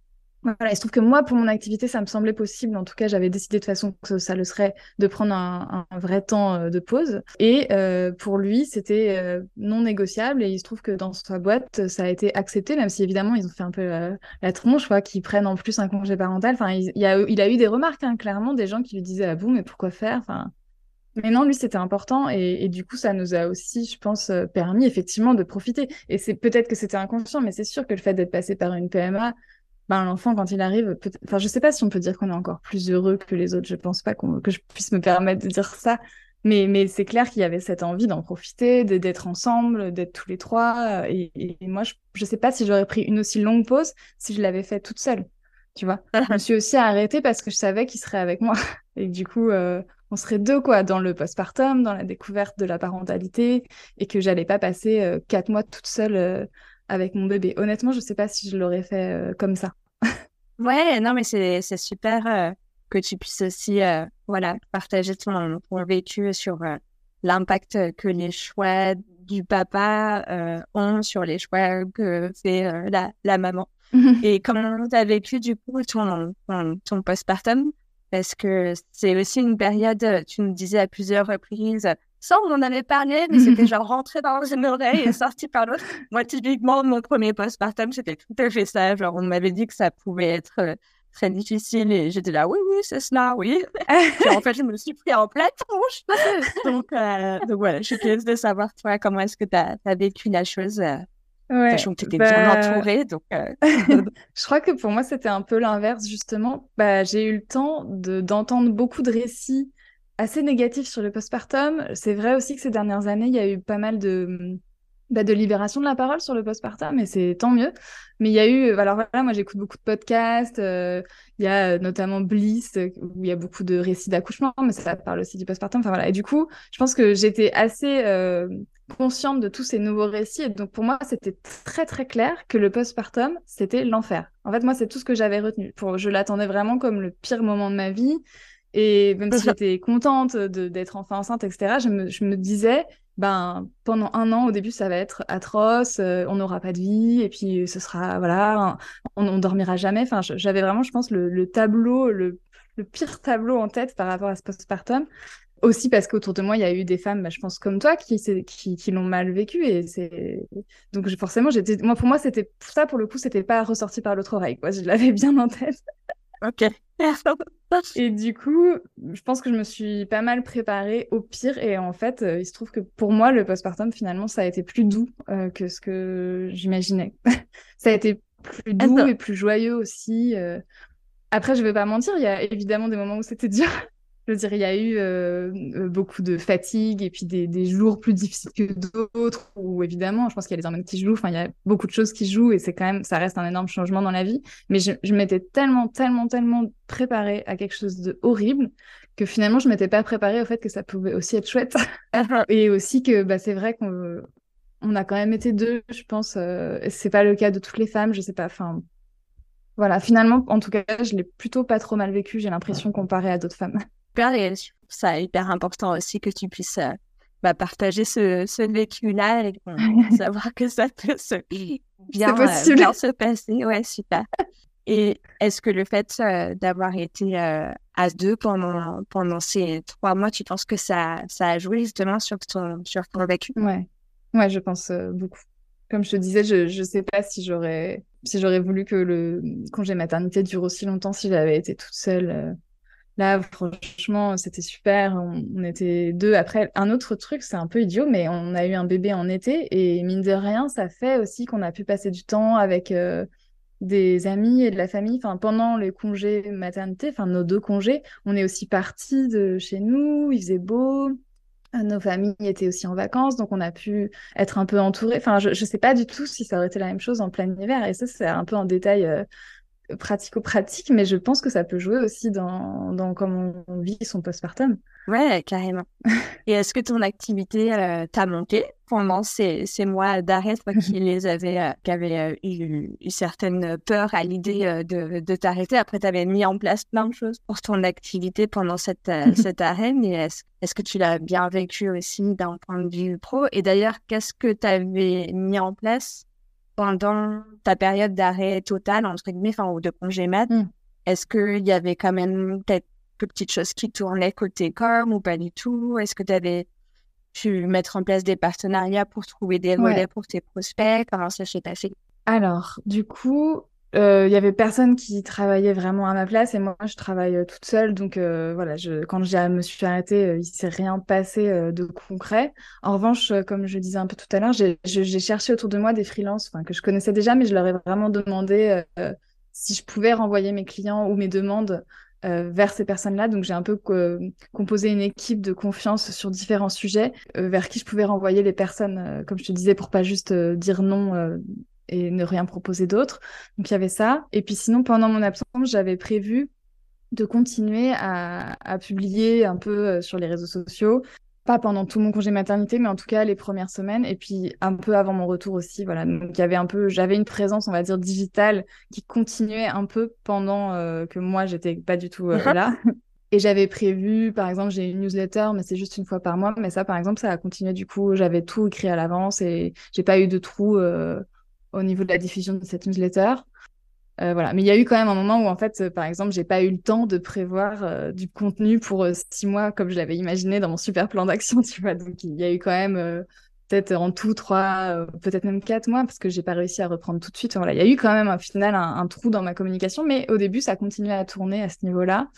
Voilà, il se trouve que moi, pour mon activité, ça me semblait possible. En tout cas, j'avais décidé de façon que ça le serait de prendre un vrai temps de pause. Et pour lui, c'était non négociable. Et il se trouve que dans sa boîte, ça a été accepté, même si évidemment, ils ont fait un peu la tronche, quoi, qu'ils prennent en plus un congé parental. Enfin, il a eu des remarques, hein, clairement, des gens qui lui disaient, ah bon, mais pourquoi faire? Enfin, mais non, lui, c'était important. Et du coup, ça nous a aussi, je pense, permis effectivement de profiter. Et c'est peut-être que c'était inconscient, mais c'est sûr que le fait d'être passé par une PMA, ben, l'enfant, quand il arrive, enfin, je sais pas si on peut dire qu'on est encore plus heureux que les autres. Je pense pas que je puisse me permettre de dire ça. Mais c'est clair qu'il y avait cette envie d'en profiter, d'être ensemble, d'être tous les trois. Et moi, je sais pas si j'aurais pris une aussi longue pause si je l'avais fait toute seule. Tu vois? Je me suis aussi arrêtée parce que je savais qu'il serait avec moi. Et du coup, on serait deux, quoi, dans le postpartum, dans la découverte de la parentalité, et que j'allais pas passer 4 mois toute seule avec mon bébé. Honnêtement, je sais pas si je l'aurais fait comme ça. Ouais, non, mais c'est super que tu puisses aussi voilà, partager ton vécu sur l'impact que les choix du papa ont sur les choix que fait la maman. Et comment tu as vécu du coup ton postpartum? Parce que c'est aussi une période, tu nous disais à plusieurs reprises, ça on en avait parlé, mais c'était genre rentré dans une oreille et sorti par l'autre. Moi, typiquement, mon premier postpartum, c'était tout à fait ça. Genre, on m'avait dit que ça pouvait être très difficile et j'étais là, oui, oui, c'est cela, oui. Puis en fait, je me suis pris en pleine tronche. Donc voilà, je suis curieuse de savoir, toi, comment est-ce que tu as vécu la chose, Ouais, sachant que tu étais bien bah... entourée. Donc, je crois que pour moi, c'était un peu l'inverse, justement. Bah, j'ai eu le temps d'entendre beaucoup de récits assez négatifs sur le postpartum. C'est vrai aussi que ces dernières années, il y a eu pas mal de libération de la parole sur le postpartum, et c'est tant mieux. Mais il y a eu, alors voilà, moi j'écoute beaucoup de podcasts, il y a notamment Bliss, où il y a beaucoup de récits d'accouchement, mais ça parle aussi du postpartum, enfin voilà. Et du coup, je pense que j'étais assez consciente de tous ces nouveaux récits, et donc pour moi, c'était très très clair que le postpartum, c'était l'enfer. En fait, moi, c'est tout ce que j'avais retenu. Je l'attendais vraiment comme le pire moment de ma vie, et même si j'étais contente d'être enfin enceinte, etc., je me disais, ben, pendant 1 an, au début, ça va être atroce, on n'aura pas de vie, et puis ce sera, voilà, on dormira jamais. Enfin, j'avais vraiment, je pense, le tableau, le pire tableau en tête par rapport à ce postpartum. Aussi parce qu'autour de moi, il y a eu des femmes, bah, je pense, comme toi, qui l'ont mal vécu. Et donc, forcément, moi, pour moi, c'était ça, pour le coup, c'était pas ressorti par l'autre oreille, quoi. Je l'avais bien en tête. ok. Et du coup, je pense que je me suis pas mal préparée au pire. Et en fait, il se trouve que pour moi, le postpartum, finalement, ça a été plus doux que ce que j'imaginais. Ça a été plus doux Attends. et plus joyeux aussi. Après, je vais pas mentir, il y a évidemment des moments où c'était dur. Je veux dire, il y a eu beaucoup de fatigue et puis des jours plus difficiles que d'autres, où évidemment, je pense qu'il y a les hormones qui jouent, enfin, il y a beaucoup de choses qui jouent et c'est quand même, ça reste un énorme changement dans la vie. Mais je m'étais tellement, tellement, tellement préparée à quelque chose de horrible que finalement, je m'étais pas préparée au fait que ça pouvait aussi être chouette. Et aussi que bah, c'est vrai qu'on a quand même été deux, je pense. Et c'est pas le cas de toutes les femmes, je sais pas. Enfin, voilà, finalement, en tout cas, je l'ai plutôt pas trop mal vécu, j'ai l'impression, comparé à d'autres femmes. Super, et je trouve ça hyper important aussi que tu puisses partager ce vécu-là et savoir que ça peut C'est possible. bien se passer. Ouais, super. Et est-ce que le fait d'avoir été à deux pendant ces 3 mois, tu penses que ça a joué justement sur ton vécu? Ouais, ouais, je pense beaucoup. Comme je te disais, je sais pas si j'aurais voulu que le congé maternité dure aussi longtemps si j'avais été toute seule. Là, franchement, c'était super. On était deux. Après, un autre truc, c'est un peu idiot, mais on a eu un bébé en été et mine de rien, ça fait aussi qu'on a pu passer du temps avec des amis et de la famille. Enfin, pendant les congés maternité, enfin nos 2 congés, on est aussi partis de chez nous. Il faisait beau. Nos familles étaient aussi en vacances, donc on a pu être un peu entourés. Enfin, je sais pas du tout si ça aurait été la même chose en plein hiver. Et ça, c'est un peu un détail pratico-pratique, mais je pense que ça peut jouer aussi dans comment on vit son postpartum. Ouais, carrément. Et est-ce que ton activité t'a manqué pendant ces mois d'arrêt, toi qui avais eu certaines peurs à l'idée de t'arrêter? Après, tu avais mis en place plein de choses pour ton activité pendant cet arrêt, mais est-ce que tu l'as bien vécu aussi d'un point de vue pro? Et d'ailleurs, qu'est-ce que tu avais mis en place pendant ta période d'arrêt total, entre guillemets, enfin, ou de congé mat, est-ce qu'il y avait quand même peut-être de petites choses qui tournaient côté com ou pas du tout? Est-ce que tu avais pu mettre en place des partenariats pour trouver des relais pour tes prospects? Comment ça s'est passé? Alors, du coup, il y avait personne qui travaillait vraiment à ma place et moi, je travaille toute seule. Donc, voilà, quand me suis arrêtée, il s'est rien passé de concret. En revanche, comme je disais un peu tout à l'heure, j'ai cherché autour de moi des freelances que je connaissais déjà, mais je leur ai vraiment demandé si je pouvais renvoyer mes clients ou mes demandes vers ces personnes-là. Donc, j'ai un peu composé une équipe de confiance sur différents sujets vers qui je pouvais renvoyer les personnes, comme je te disais, pour pas juste dire non et ne rien proposer d'autre. Donc, il y avait ça. Et puis sinon, pendant mon absence, j'avais prévu de continuer à publier un peu sur les réseaux sociaux. Pas pendant tout mon congé maternité, mais en tout cas les premières semaines. Et puis un peu avant mon retour aussi. Voilà. Donc, j'avais une présence, on va dire, digitale qui continuait un peu pendant que moi, j'étais pas du tout là. Et j'avais prévu, par exemple, j'ai une newsletter, mais c'est juste une fois par mois. Mais ça, par exemple, ça a continué. Du coup, j'avais tout écrit à l'avance et j'ai pas eu de trou au niveau de la diffusion de cette newsletter. Voilà. Mais il y a eu quand même un moment où, en fait, par exemple, j'ai pas eu le temps de prévoir du contenu pour 6 mois comme je l'avais imaginé dans mon super plan d'action, tu vois. Donc, il y a eu quand même peut-être en tout 3, peut-être même 4 mois, parce que j'ai pas réussi à reprendre tout de suite. Voilà. Il y a eu quand même, au final, un trou dans ma communication, mais au début, ça continuait à tourner à ce niveau-là.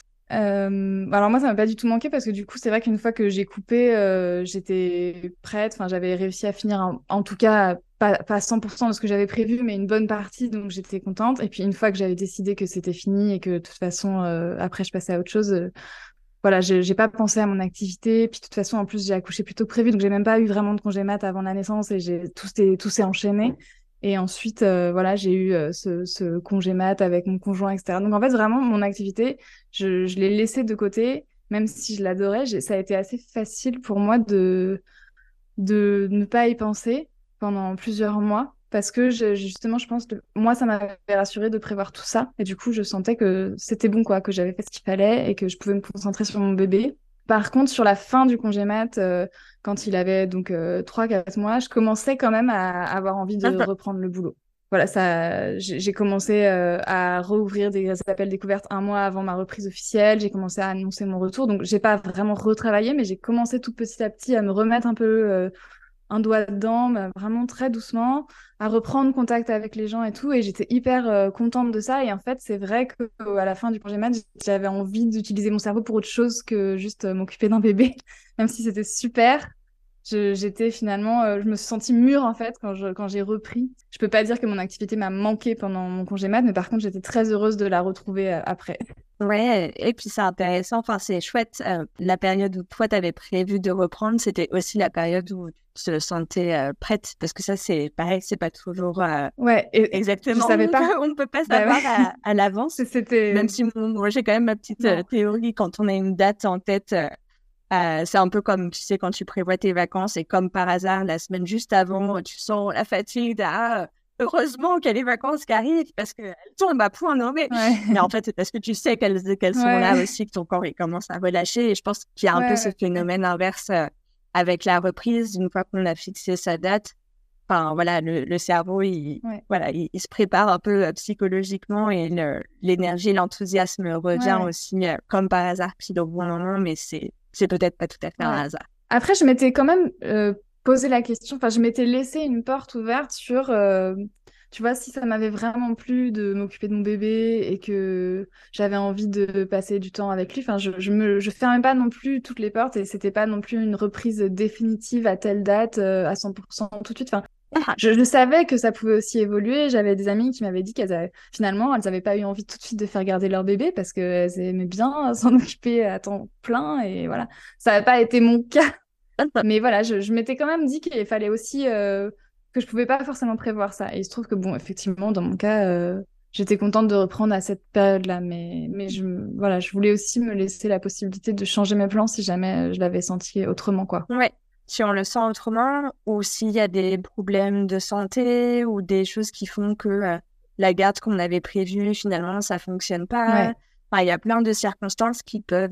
Alors moi, ça m'a pas du tout manqué parce que du coup, c'est vrai qu'une fois que j'ai coupé, j'étais prête. Enfin, j'avais réussi à finir, en tout cas, pas 100% de ce que j'avais prévu, mais une bonne partie, donc j'étais contente. Et puis une fois que j'avais décidé que c'était fini et que de toute façon, après, je passais à autre chose, voilà, j'ai pas pensé à mon activité. Puis de toute façon, en plus, j'ai accouché plus tôt que prévu, donc j'ai même pas eu vraiment de congé mat avant la naissance et tout s'est enchaîné. Et ensuite, voilà, j'ai eu ce congé mat avec mon conjoint, etc. Donc en fait, vraiment, mon activité, je l'ai laissée de côté, même si je l'adorais. Ça a été assez facile pour moi de ne pas y penser pendant plusieurs mois. Parce que justement, je pense que moi, ça m'avait rassurée de prévoir tout ça. Et du coup, je sentais que c'était bon, quoi, que j'avais fait ce qu'il fallait et que je pouvais me concentrer sur mon bébé. Par contre, sur la fin du congé mat, quand il avait donc 3-4 mois, je commençais quand même à avoir envie de reprendre le boulot. Voilà, j'ai commencé à rouvrir des appels découvertes un mois avant ma reprise officielle. J'ai commencé à annoncer mon retour. Donc, j'ai pas vraiment retravaillé, mais j'ai commencé tout petit à petit à me remettre un peu un doigt dedans, vraiment très doucement, à reprendre contact avec les gens et tout. Et j'étais hyper contente de ça. Et en fait, c'est vrai que à la fin du congé mat, j'avais envie d'utiliser mon cerveau pour autre chose que juste m'occuper d'un bébé, même si c'était super. J'étais finalement, je me suis sentie mûre en fait quand j'ai repris. Je peux pas dire que mon activité m'a manqué pendant mon congé mat, mais par contre, j'étais très heureuse de la retrouver après. Ouais, et puis c'est intéressant, enfin c'est chouette. La période où toi t'avais prévu de reprendre, c'était aussi la période où tu te sentais prête, parce que ça c'est pareil, c'est pas toujours ouais, exactement. Je savais pas. On ne peut pas savoir à l'avance. C'était. Même si moi j'ai quand même ma petite théorie, quand on a une date en tête, c'est un peu comme, tu sais, quand tu prévois tes vacances et comme par hasard, la semaine juste avant, tu sens la fatigue. Heureusement qu'il y a les vacances qui arrivent parce qu'elles tombent à point nommé. Mais en fait, c'est parce que tu sais qu'elles sont là aussi, que ton corps il commence à relâcher. Et je pense qu'il y a un peu ce phénomène inverse avec la reprise. Une fois qu'on a fixé sa date, enfin voilà, le cerveau, voilà, il se prépare un peu psychologiquement et l'énergie, l'enthousiasme revient aussi comme par hasard, puis au bon moment, mais c'est peut-être pas tout à fait un hasard. Après, je m'étais quand même posé la question, enfin, je m'étais laissé une porte ouverte sur, tu vois, si ça m'avait vraiment plu de m'occuper de mon bébé et que j'avais envie de passer du temps avec lui, enfin, je fermais pas non plus toutes les portes et c'était pas non plus une reprise définitive à telle date, à 100% tout de suite. Enfin, je savais que ça pouvait aussi évoluer. J'avais des amies qui m'avaient dit finalement, elles n'avaient pas eu envie tout de suite de faire garder leur bébé parce qu'elles aimaient bien s'en occuper à temps plein. Et voilà, ça n'a pas été mon cas. Mais voilà, je m'étais quand même dit qu'il fallait aussi que je pouvais pas forcément prévoir ça. Et il se trouve que, bon, effectivement, dans mon cas, j'étais contente de reprendre à cette période-là. Mais voilà, je voulais aussi me laisser la possibilité de changer mes plans si jamais je l'avais senti autrement, quoi. Ouais. Si on le sent autrement, ou s'il y a des problèmes de santé ou des choses qui font que la garde qu'on avait prévue, finalement, ça fonctionne pas. Enfin, il y a plein de circonstances qui peuvent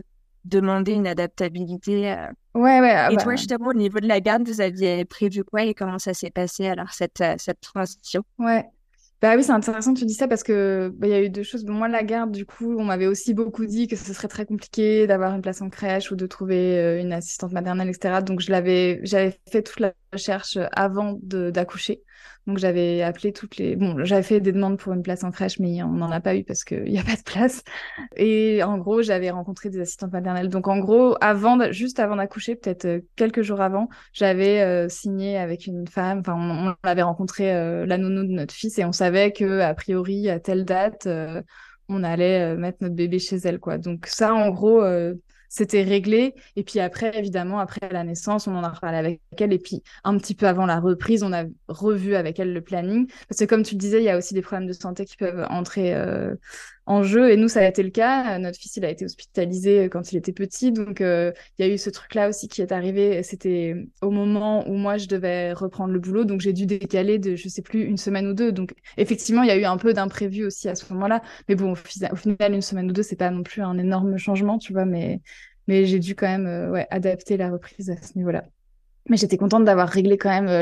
demandé une adaptabilité. Ouais, ouais. Et toi, justement, au niveau de la garde, vous aviez prévu quoi et comment ça s'est passé alors cette transition? Ouais. Bah oui, c'est intéressant que tu dis ça parce que il y a eu deux choses. Bon, moi, la garde, du coup, on m'avait aussi beaucoup dit que ce serait très compliqué d'avoir une place en crèche ou de trouver une assistante maternelle, etc. Donc, j'avais fait toute la recherche avant d'accoucher. Donc, j'avais appelé bon, j'avais fait des demandes pour une place en crèche, mais on n'en a pas eu parce qu'il n'y a pas de place. Et en gros, j'avais rencontré des assistantes maternelles. Donc, en gros, juste avant d'accoucher, peut-être quelques jours avant, j'avais signé avec une femme. Enfin, on avait rencontré la nounou de notre fils et on savait que a priori, à telle date, on allait mettre notre bébé chez elle, quoi. Donc, ça, en gros, c'était réglé. Et puis après, évidemment, après la naissance, on en a reparlé avec elle. Et puis, un petit peu avant la reprise, on a revu avec elle le planning. Parce que, comme tu le disais, il y a aussi des problèmes de santé qui peuvent entrer en jeu. Et nous, ça a été le cas. Notre fils, il a été hospitalisé quand il était petit. Donc, il y a eu ce truc-là aussi qui est arrivé. C'était au moment où moi, je devais reprendre le boulot. Donc, j'ai dû décaler de, je sais plus, une semaine ou deux. Donc, effectivement, il y a eu un peu d'imprévu aussi à ce moment-là. Mais bon, au final, une semaine ou deux, c'est pas non plus un énorme changement, tu vois. Mais j'ai dû quand même ouais, adapter la reprise à ce niveau-là. Mais j'étais contente d'avoir réglé quand même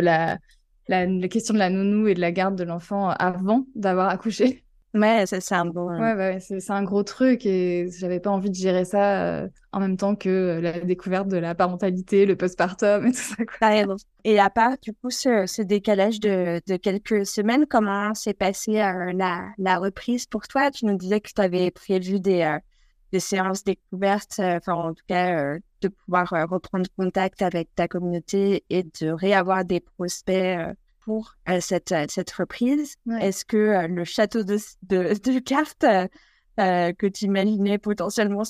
la question de la nounou et de la garde de l'enfant avant d'avoir accouché. Ouais, ça, c'est un bon. Ouais, bah ouais, c'est un gros truc et j'avais pas envie de gérer ça en même temps que la découverte de la parentalité, le postpartum et tout ça, quoi. T'as raison. Et à part, du coup, ce décalage de quelques semaines, comment s'est passée la reprise pour toi? Tu nous disais que tu avais prévu des séances découvertes, enfin, en tout cas, de pouvoir reprendre contact avec ta communauté et de réavoir des prospects pour cette reprise. Ouais. Est-ce que le château de cartes que tu imaginais potentiellement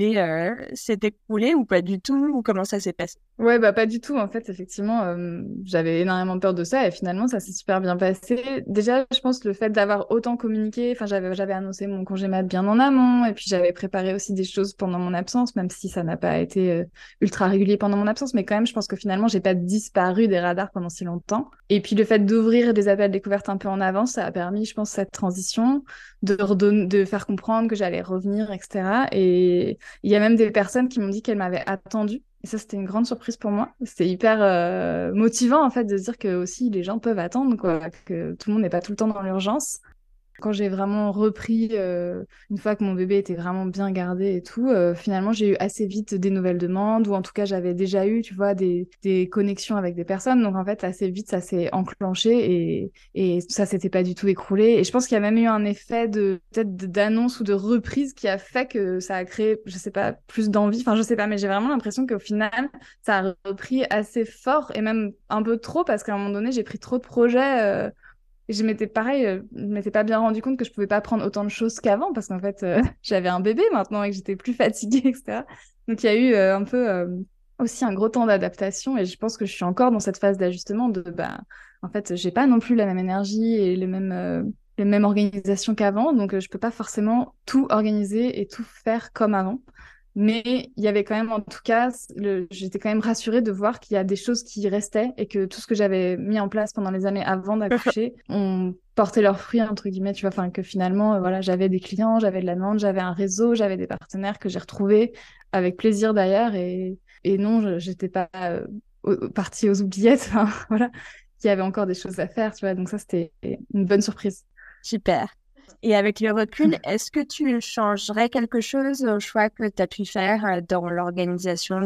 s'est écoulé ou pas du tout? Ou comment ça s'est passé? Ouais, bah pas du tout. En fait, effectivement, j'avais énormément peur de ça et finalement, ça s'est super bien passé. Déjà, je pense le fait d'avoir autant communiqué, enfin, j'avais annoncé mon congé mat bien en amont et puis j'avais préparé aussi des choses pendant mon absence, même si ça n'a pas été ultra régulier pendant mon absence, mais quand même, je pense que finalement, j'ai pas disparu des radars pendant si longtemps. Et puis le fait d'ouvrir des appels découvertes un peu en avance, ça a permis, je pense, cette transition, de faire comprendre que j'allais revenir, etc. Et il y a même des personnes qui m'ont dit qu'elles m'avaient attendu. Et ça, c'était une grande surprise pour moi. C'était hyper motivant, en fait, de se dire que aussi les gens peuvent attendre, quoi, que tout le monde n'est pas tout le temps dans l'urgence. Quand j'ai vraiment repris, une fois que mon bébé était vraiment bien gardé et tout, finalement, j'ai eu assez vite des nouvelles demandes, ou en tout cas, j'avais déjà eu, tu vois, des connexions avec des personnes. Donc, en fait, assez vite, ça s'est enclenché et ça s'était pas du tout écroulé. Et je pense qu'il y a même eu un effet peut-être d'annonce ou de reprise qui a fait que ça a créé, je sais pas, plus d'envie. Enfin, je sais pas, mais j'ai vraiment l'impression qu'au final, ça a repris assez fort et même un peu trop parce qu'à un moment donné, j'ai pris trop de projets. Et je m'étais pas bien rendu compte que je pouvais pas prendre autant de choses qu'avant parce qu'en fait, j'avais un bébé maintenant et que j'étais plus fatiguée, etc. Donc il y a eu un peu aussi un gros temps d'adaptation et je pense que je suis encore dans cette phase d'ajustement bah, en fait, j'ai pas non plus la même énergie et les mêmes organisations qu'avant, donc je peux pas forcément tout organiser et tout faire comme avant. Mais il y avait quand même, en tout cas, j'étais quand même rassurée de voir qu'il y a des choses qui restaient et que tout ce que j'avais mis en place pendant les années avant d'accoucher ont porté leurs fruits, entre guillemets, tu vois, enfin, que finalement, voilà, j'avais des clients, j'avais de la demande, j'avais un réseau, j'avais des partenaires que j'ai retrouvés avec plaisir d'ailleurs et non, j'étais pas partie aux oubliettes, enfin, voilà, qu'il y avait encore des choses à faire, tu vois, donc ça, c'était une bonne surprise. Super. Et avec le recul, est-ce que tu changerais quelque chose au choix que tu as pu faire dans l'organisation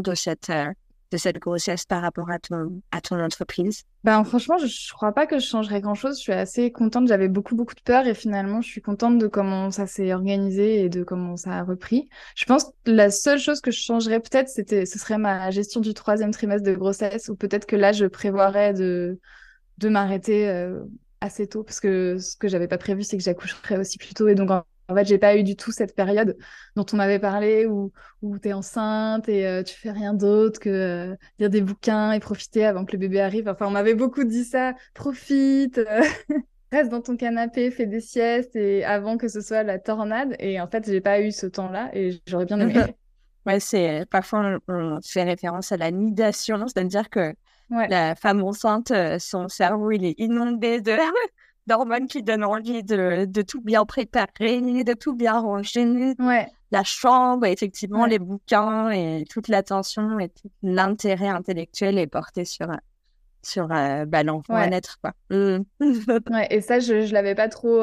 de cette grossesse par rapport à ton entreprise? Ben, franchement, je crois pas que je changerais grand-chose. Je suis assez contente. J'avais beaucoup, beaucoup de peur et finalement, je suis contente de comment ça s'est organisé et de comment ça a repris. Je pense que la seule chose que je changerais peut-être, ce serait ma gestion du troisième trimestre de grossesse ou peut-être que là, je prévoirais de m'arrêter assez tôt parce que ce que j'avais pas prévu, c'est que j'accoucherais aussi plus tôt et donc en fait, j'ai pas eu du tout cette période dont on m'avait parlé où tu es enceinte et tu fais rien d'autre que lire des bouquins et profiter avant que le bébé arrive. Enfin, on m'avait beaucoup dit ça, profite, reste dans ton canapé, fais des siestes et avant que ce soit la tornade. Et en fait, j'ai pas eu ce temps-là et j'aurais bien aimé. Ouais, parfois on fait référence à la nidation, c'est-à-dire que Ouais. la femme enceinte, son cerveau, il est inondé d'hormones qui donnent envie de tout bien préparer, de tout bien ranger. Ouais. La chambre, effectivement, Ouais. les bouquins et toute l'attention et tout l'intérêt intellectuel est porté sur l'enfant à Ouais. naître, quoi. Ouais, et ça, je l'avais pas trop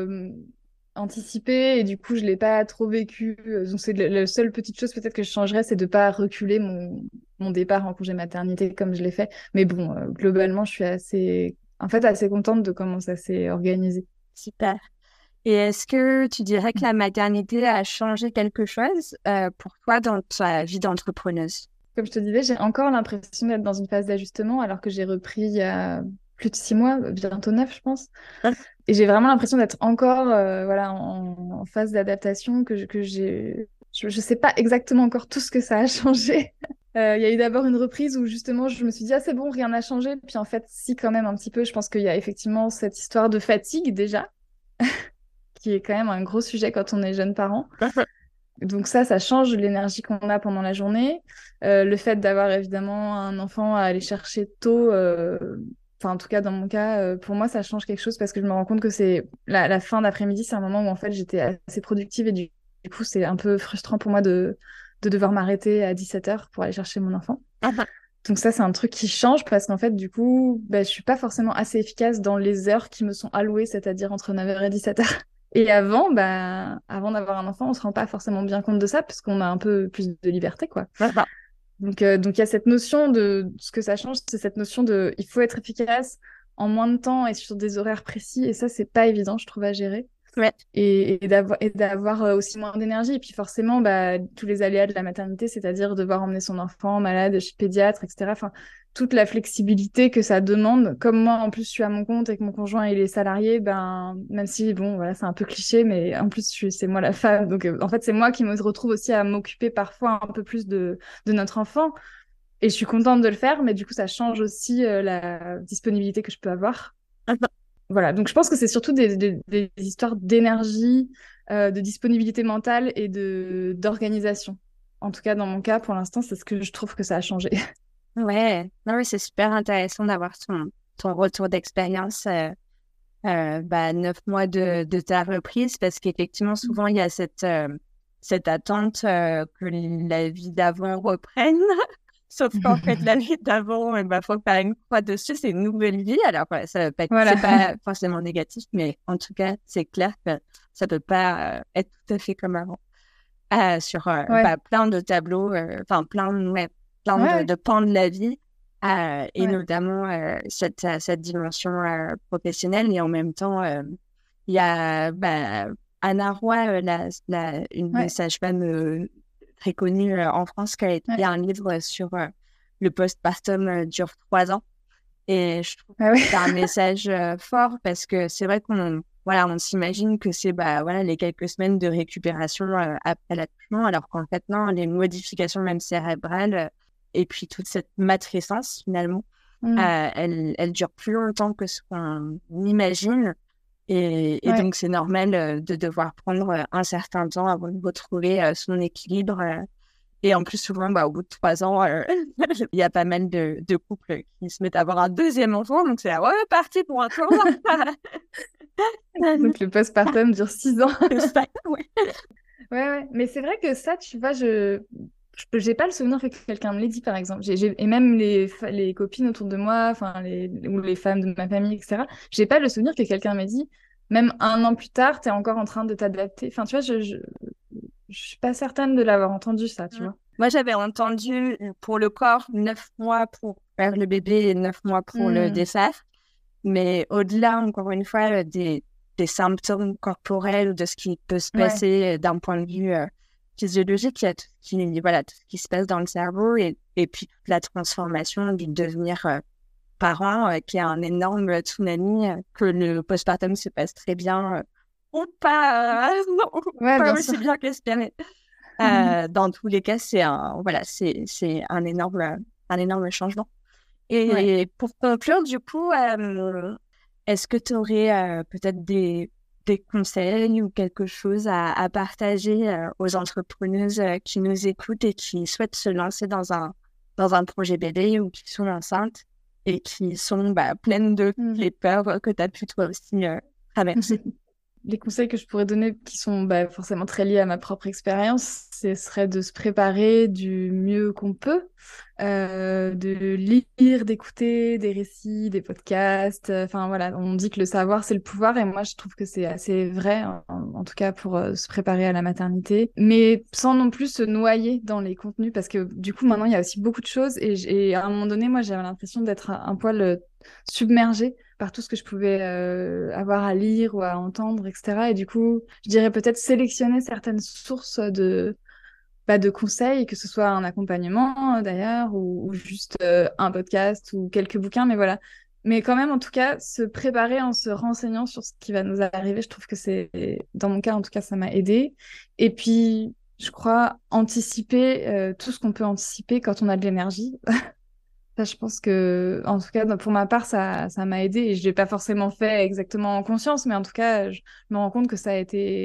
anticipé et du coup, je l'ai pas trop vécu. Donc, c'est la seule petite chose peut-être que je changerais, c'est de pas reculer mon départ en congé maternité comme je l'ai fait. Mais bon, globalement, je suis assez contente de comment ça s'est organisé. Super. Et est-ce que tu dirais que la maternité a changé quelque chose pour toi dans ta vie d'entrepreneuse? Comme je te disais, j'ai encore l'impression d'être dans une phase d'ajustement alors que j'ai repris il y a plus de 6 mois, bientôt 9, je pense. Et j'ai vraiment l'impression d'être encore voilà, en phase d'adaptation, que j'ai... Je sais pas exactement encore tout ce que ça a changé. Il y a eu d'abord une reprise où justement je me suis dit, ah c'est bon, rien n'a changé. Puis en fait, si quand même un petit peu, je pense qu'il y a effectivement cette histoire de fatigue déjà, qui est quand même un gros sujet quand on est jeune parent. Donc ça change l'énergie qu'on a pendant la journée. Le fait d'avoir évidemment un enfant à aller chercher tôt, enfin en tout cas dans mon cas, pour moi ça change quelque chose parce que je me rends compte que c'est la fin d'après-midi, c'est un moment où en fait j'étais assez productive et du coup c'est un peu frustrant pour moi de devoir m'arrêter à 17h pour aller chercher mon enfant. Donc ça c'est un truc qui change parce qu'en fait du coup je suis pas forcément assez efficace dans les heures qui me sont allouées, c'est-à-dire entre 9h et 17h. Et avant, avant d'avoir un enfant, on se rend pas forcément bien compte de ça parce qu'on a un peu plus de liberté, quoi. Donc il y a cette notion de ce que ça change, c'est cette notion de il faut être efficace en moins de temps et sur des horaires précis. Et ça, c'est pas évident, je trouve, à gérer. Ouais. Et d'avoir aussi moins d'énergie. Et puis forcément, tous les aléas de la maternité, c'est-à-dire devoir emmener son enfant malade chez le pédiatre, etc. Enfin, toute la flexibilité que ça demande. Comme moi, en plus, je suis à mon compte et que mon conjoint, il est salarié, même si, bon, voilà, c'est un peu cliché, mais en plus, c'est moi la femme. Donc, en fait, c'est moi qui me retrouve aussi à m'occuper parfois un peu plus de notre enfant. Et je suis contente de le faire, mais du coup, ça change aussi la disponibilité que je peux avoir. Voilà, donc je pense que c'est surtout des histoires d'énergie, de disponibilité mentale et d'organisation. En tout cas, dans mon cas, pour l'instant, c'est ce que je trouve que ça a changé. Ouais, non, mais c'est super intéressant d'avoir ton retour d'expérience 9 mois de ta reprise parce qu'effectivement, souvent, il y a cette attente que la vie d'avant reprenne. Sauf qu'en fait, la vie d'avant, faut faire une croix dessus, c'est une nouvelle vie. Alors, ça peut Voilà. c'est pas forcément négatif, mais en tout cas, c'est clair que ça peut pas être tout à fait comme avant. Sur Ouais. plein de tableaux, plein Ouais. de pans de la vie, et Ouais. notamment cette dimension professionnelle. Et en même temps, il y a Anna Roy, une des Ouais. sages-femmes très connue en France, qui a écrit Ouais. un livre sur le postpartum dure 3 ans. Et je trouve Ah que ouais. c'est un message fort parce que c'est vrai on s'imagine que c'est les quelques semaines de récupération après l'accouchement, alors qu'en fait, non, les modifications même cérébrales et puis toute cette matrescence, finalement, Mm. elle dure plus longtemps que ce qu'on imagine. Et Ouais. donc, c'est normal de devoir prendre un certain temps avant de retrouver son équilibre. Et en plus, souvent, au bout de 3 ans, il y a pas mal de couples qui se mettent à avoir un deuxième enfant. Donc, c'est parti pour un tour. Donc le postpartum dure 6 ans. C'est ça, ouais. Ouais, ouais. Mais c'est vrai que ça, tu vois, j'ai pas le souvenir que quelqu'un me l'ait dit, par exemple. Et même les copines autour de moi, enfin, ou les femmes de ma famille, etc. J'ai pas le souvenir que quelqu'un m'ait dit, même un an plus tard, t'es encore en train de t'adapter. Enfin, tu vois, je suis pas certaine de l'avoir entendu, ça, tu vois. Moi, j'avais entendu pour le corps 9 mois pour faire le bébé et 9 mois pour le Hmm. défaire. Mais au-delà, encore une fois, des symptômes corporels ou de ce qui peut se Ouais, passer d'un point de vue physiologique, il y a tout ce qui se passe dans le cerveau et puis toute la transformation du devenir parent qui est un énorme tsunami, que le postpartum se passe très bien ou pas, non, ouais, pas bien sûr. aussi bien qu'espéré. Dans tous les cas, c'est un énorme changement. Ouais. Et pour conclure, du coup, est-ce que tu aurais peut-être des conseils ou quelque chose à partager aux entrepreneuses qui nous écoutent et qui souhaitent se lancer dans un projet bébé ou qui sont enceintes? et qui sont pleines de les peurs que tu as pu toi aussi traverser. Les conseils que je pourrais donner, qui sont forcément très liés à ma propre expérience, ce serait de se préparer du mieux qu'on peut, de lire, d'écouter des récits, des podcasts. Enfin voilà, on dit que le savoir, c'est le pouvoir, et moi je trouve que c'est assez vrai, en tout cas pour se préparer à la maternité, mais sans non plus se noyer dans les contenus, parce que du coup maintenant il y a aussi beaucoup de choses, et à un moment donné, moi j'avais l'impression d'être un poil submergée par tout ce que je pouvais avoir à lire ou à entendre, etc. Et du coup, je dirais peut-être sélectionner certaines sources de conseils, que ce soit un accompagnement d'ailleurs, ou juste un podcast ou quelques bouquins, mais voilà. Mais quand même, en tout cas, se préparer en se renseignant sur ce qui va nous arriver, je trouve que c'est, dans mon cas, en tout cas, ça m'a aidé. Et puis, je crois, anticiper tout ce qu'on peut anticiper quand on a de l'énergie. Ça, je pense que, en tout cas, pour ma part, ça m'a aidé, et je l'ai pas forcément fait exactement en conscience, mais en tout cas, je me rends compte que ça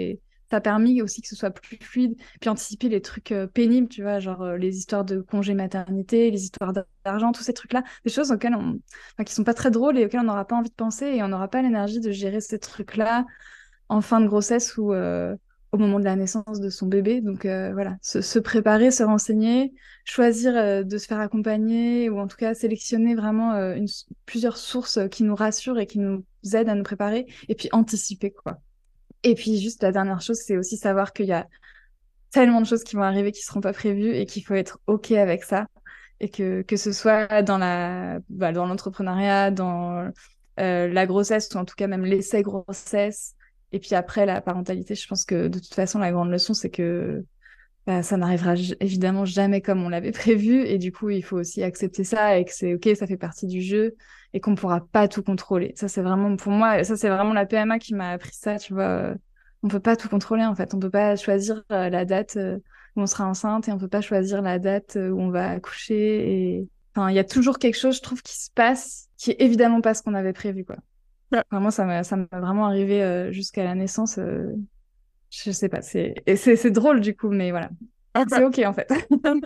a permis aussi que ce soit plus fluide, puis anticiper les trucs pénibles, tu vois, genre les histoires de congé maternité, les histoires d'argent, tous ces trucs-là, des choses qui sont pas très drôles et auxquelles on n'aura pas envie de penser, et on n'aura pas l'énergie de gérer ces trucs-là en fin de grossesse ou au moment de la naissance de son bébé. Donc voilà, se préparer, se renseigner, choisir de se faire accompagner, ou en tout cas sélectionner vraiment plusieurs sources qui nous rassurent et qui nous aident à nous préparer, et puis anticiper, quoi. Et puis juste la dernière chose, c'est aussi savoir qu'il y a tellement de choses qui vont arriver qui seront pas prévues, et qu'il faut être OK avec ça. Et que ce soit dans dans l'entrepreneuriat, dans la grossesse, ou en tout cas même l'essai grossesse, et puis après la parentalité, je pense que de toute façon, la grande leçon, c'est que ça n'arrivera évidemment jamais comme on l'avait prévu. Et du coup, il faut aussi accepter ça, et que c'est OK, ça fait partie du jeu, et qu'on pourra pas tout contrôler. Ça, c'est vraiment, pour moi, ça, c'est vraiment la PMA qui m'a appris ça, tu vois. On peut pas tout contrôler, en fait. On peut pas choisir la date où on sera enceinte, et on peut pas choisir la date où on va accoucher. Et enfin, il y a toujours quelque chose, je trouve, qui se passe, qui est évidemment pas ce qu'on avait prévu, quoi. Ouais. Enfin, moi, ça m'est vraiment arrivé jusqu'à la naissance. Je sais pas, c'est drôle du coup, mais voilà. C'est OK en fait.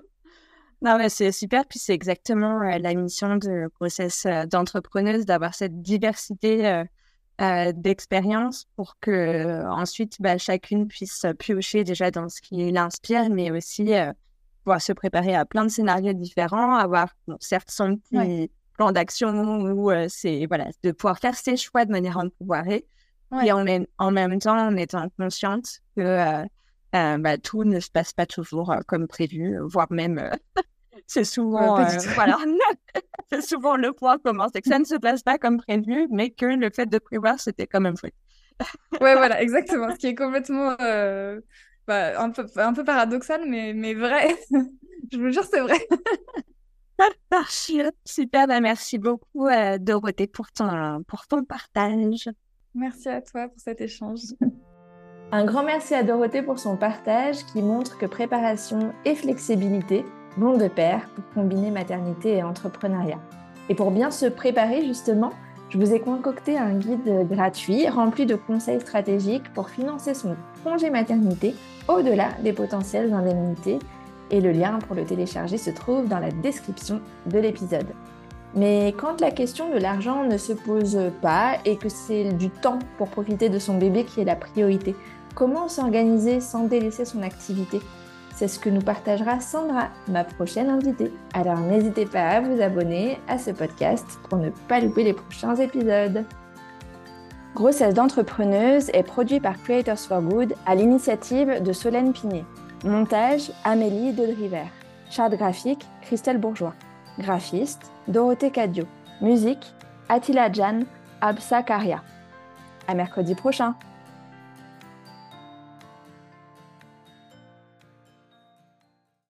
Non, mais c'est super, puis c'est exactement la mission de grossesse d'entrepreneuse, d'avoir cette diversité d'expériences pour que ensuite chacune puisse piocher déjà dans ce qui l'inspire, mais aussi pouvoir se préparer à plein de scénarios différents, avoir certes son petit plan d'action où c'est voilà, de pouvoir faire ses choix de manière empourée, et en même temps en étant consciente que tout ne se passe pas toujours comme prévu, voire même c'est souvent voilà c'est souvent le point commun, c'est que ça ne se passe pas comme prévu, mais que le fait de prévoir, c'était quand même chouette. Ouais, voilà, exactement. Ce qui est complètement un peu paradoxal, mais vrai. Je vous jure, c'est vrai. Super, merci beaucoup Dorothée pour ton partage. Merci à toi pour cet échange. Un grand merci à Dorothée pour son partage qui montre que préparation et flexibilité vont de pair pour combiner maternité et entrepreneuriat. Et pour bien se préparer justement, je vous ai concocté un guide gratuit rempli de conseils stratégiques pour financer son congé maternité au-delà des potentielles indemnités, et le lien pour le télécharger se trouve dans la description de l'épisode. Mais quand la question de l'argent ne se pose pas et que c'est du temps pour profiter de son bébé qui est la priorité, comment s'organiser sans délaisser son activité ? C'est ce que nous partagera Sandra, ma prochaine invitée. Alors n'hésitez pas à vous abonner à ce podcast pour ne pas louper les prochains épisodes. Grossesse d'entrepreneuse est produit par Creators for Good à l'initiative de Solène Pinet. Montage Amélie Dedriver. Charte graphique Christelle Bourgeois. Graphiste Dorothée Cadio. Musique Attila Jan, Absa Karia. À mercredi prochain.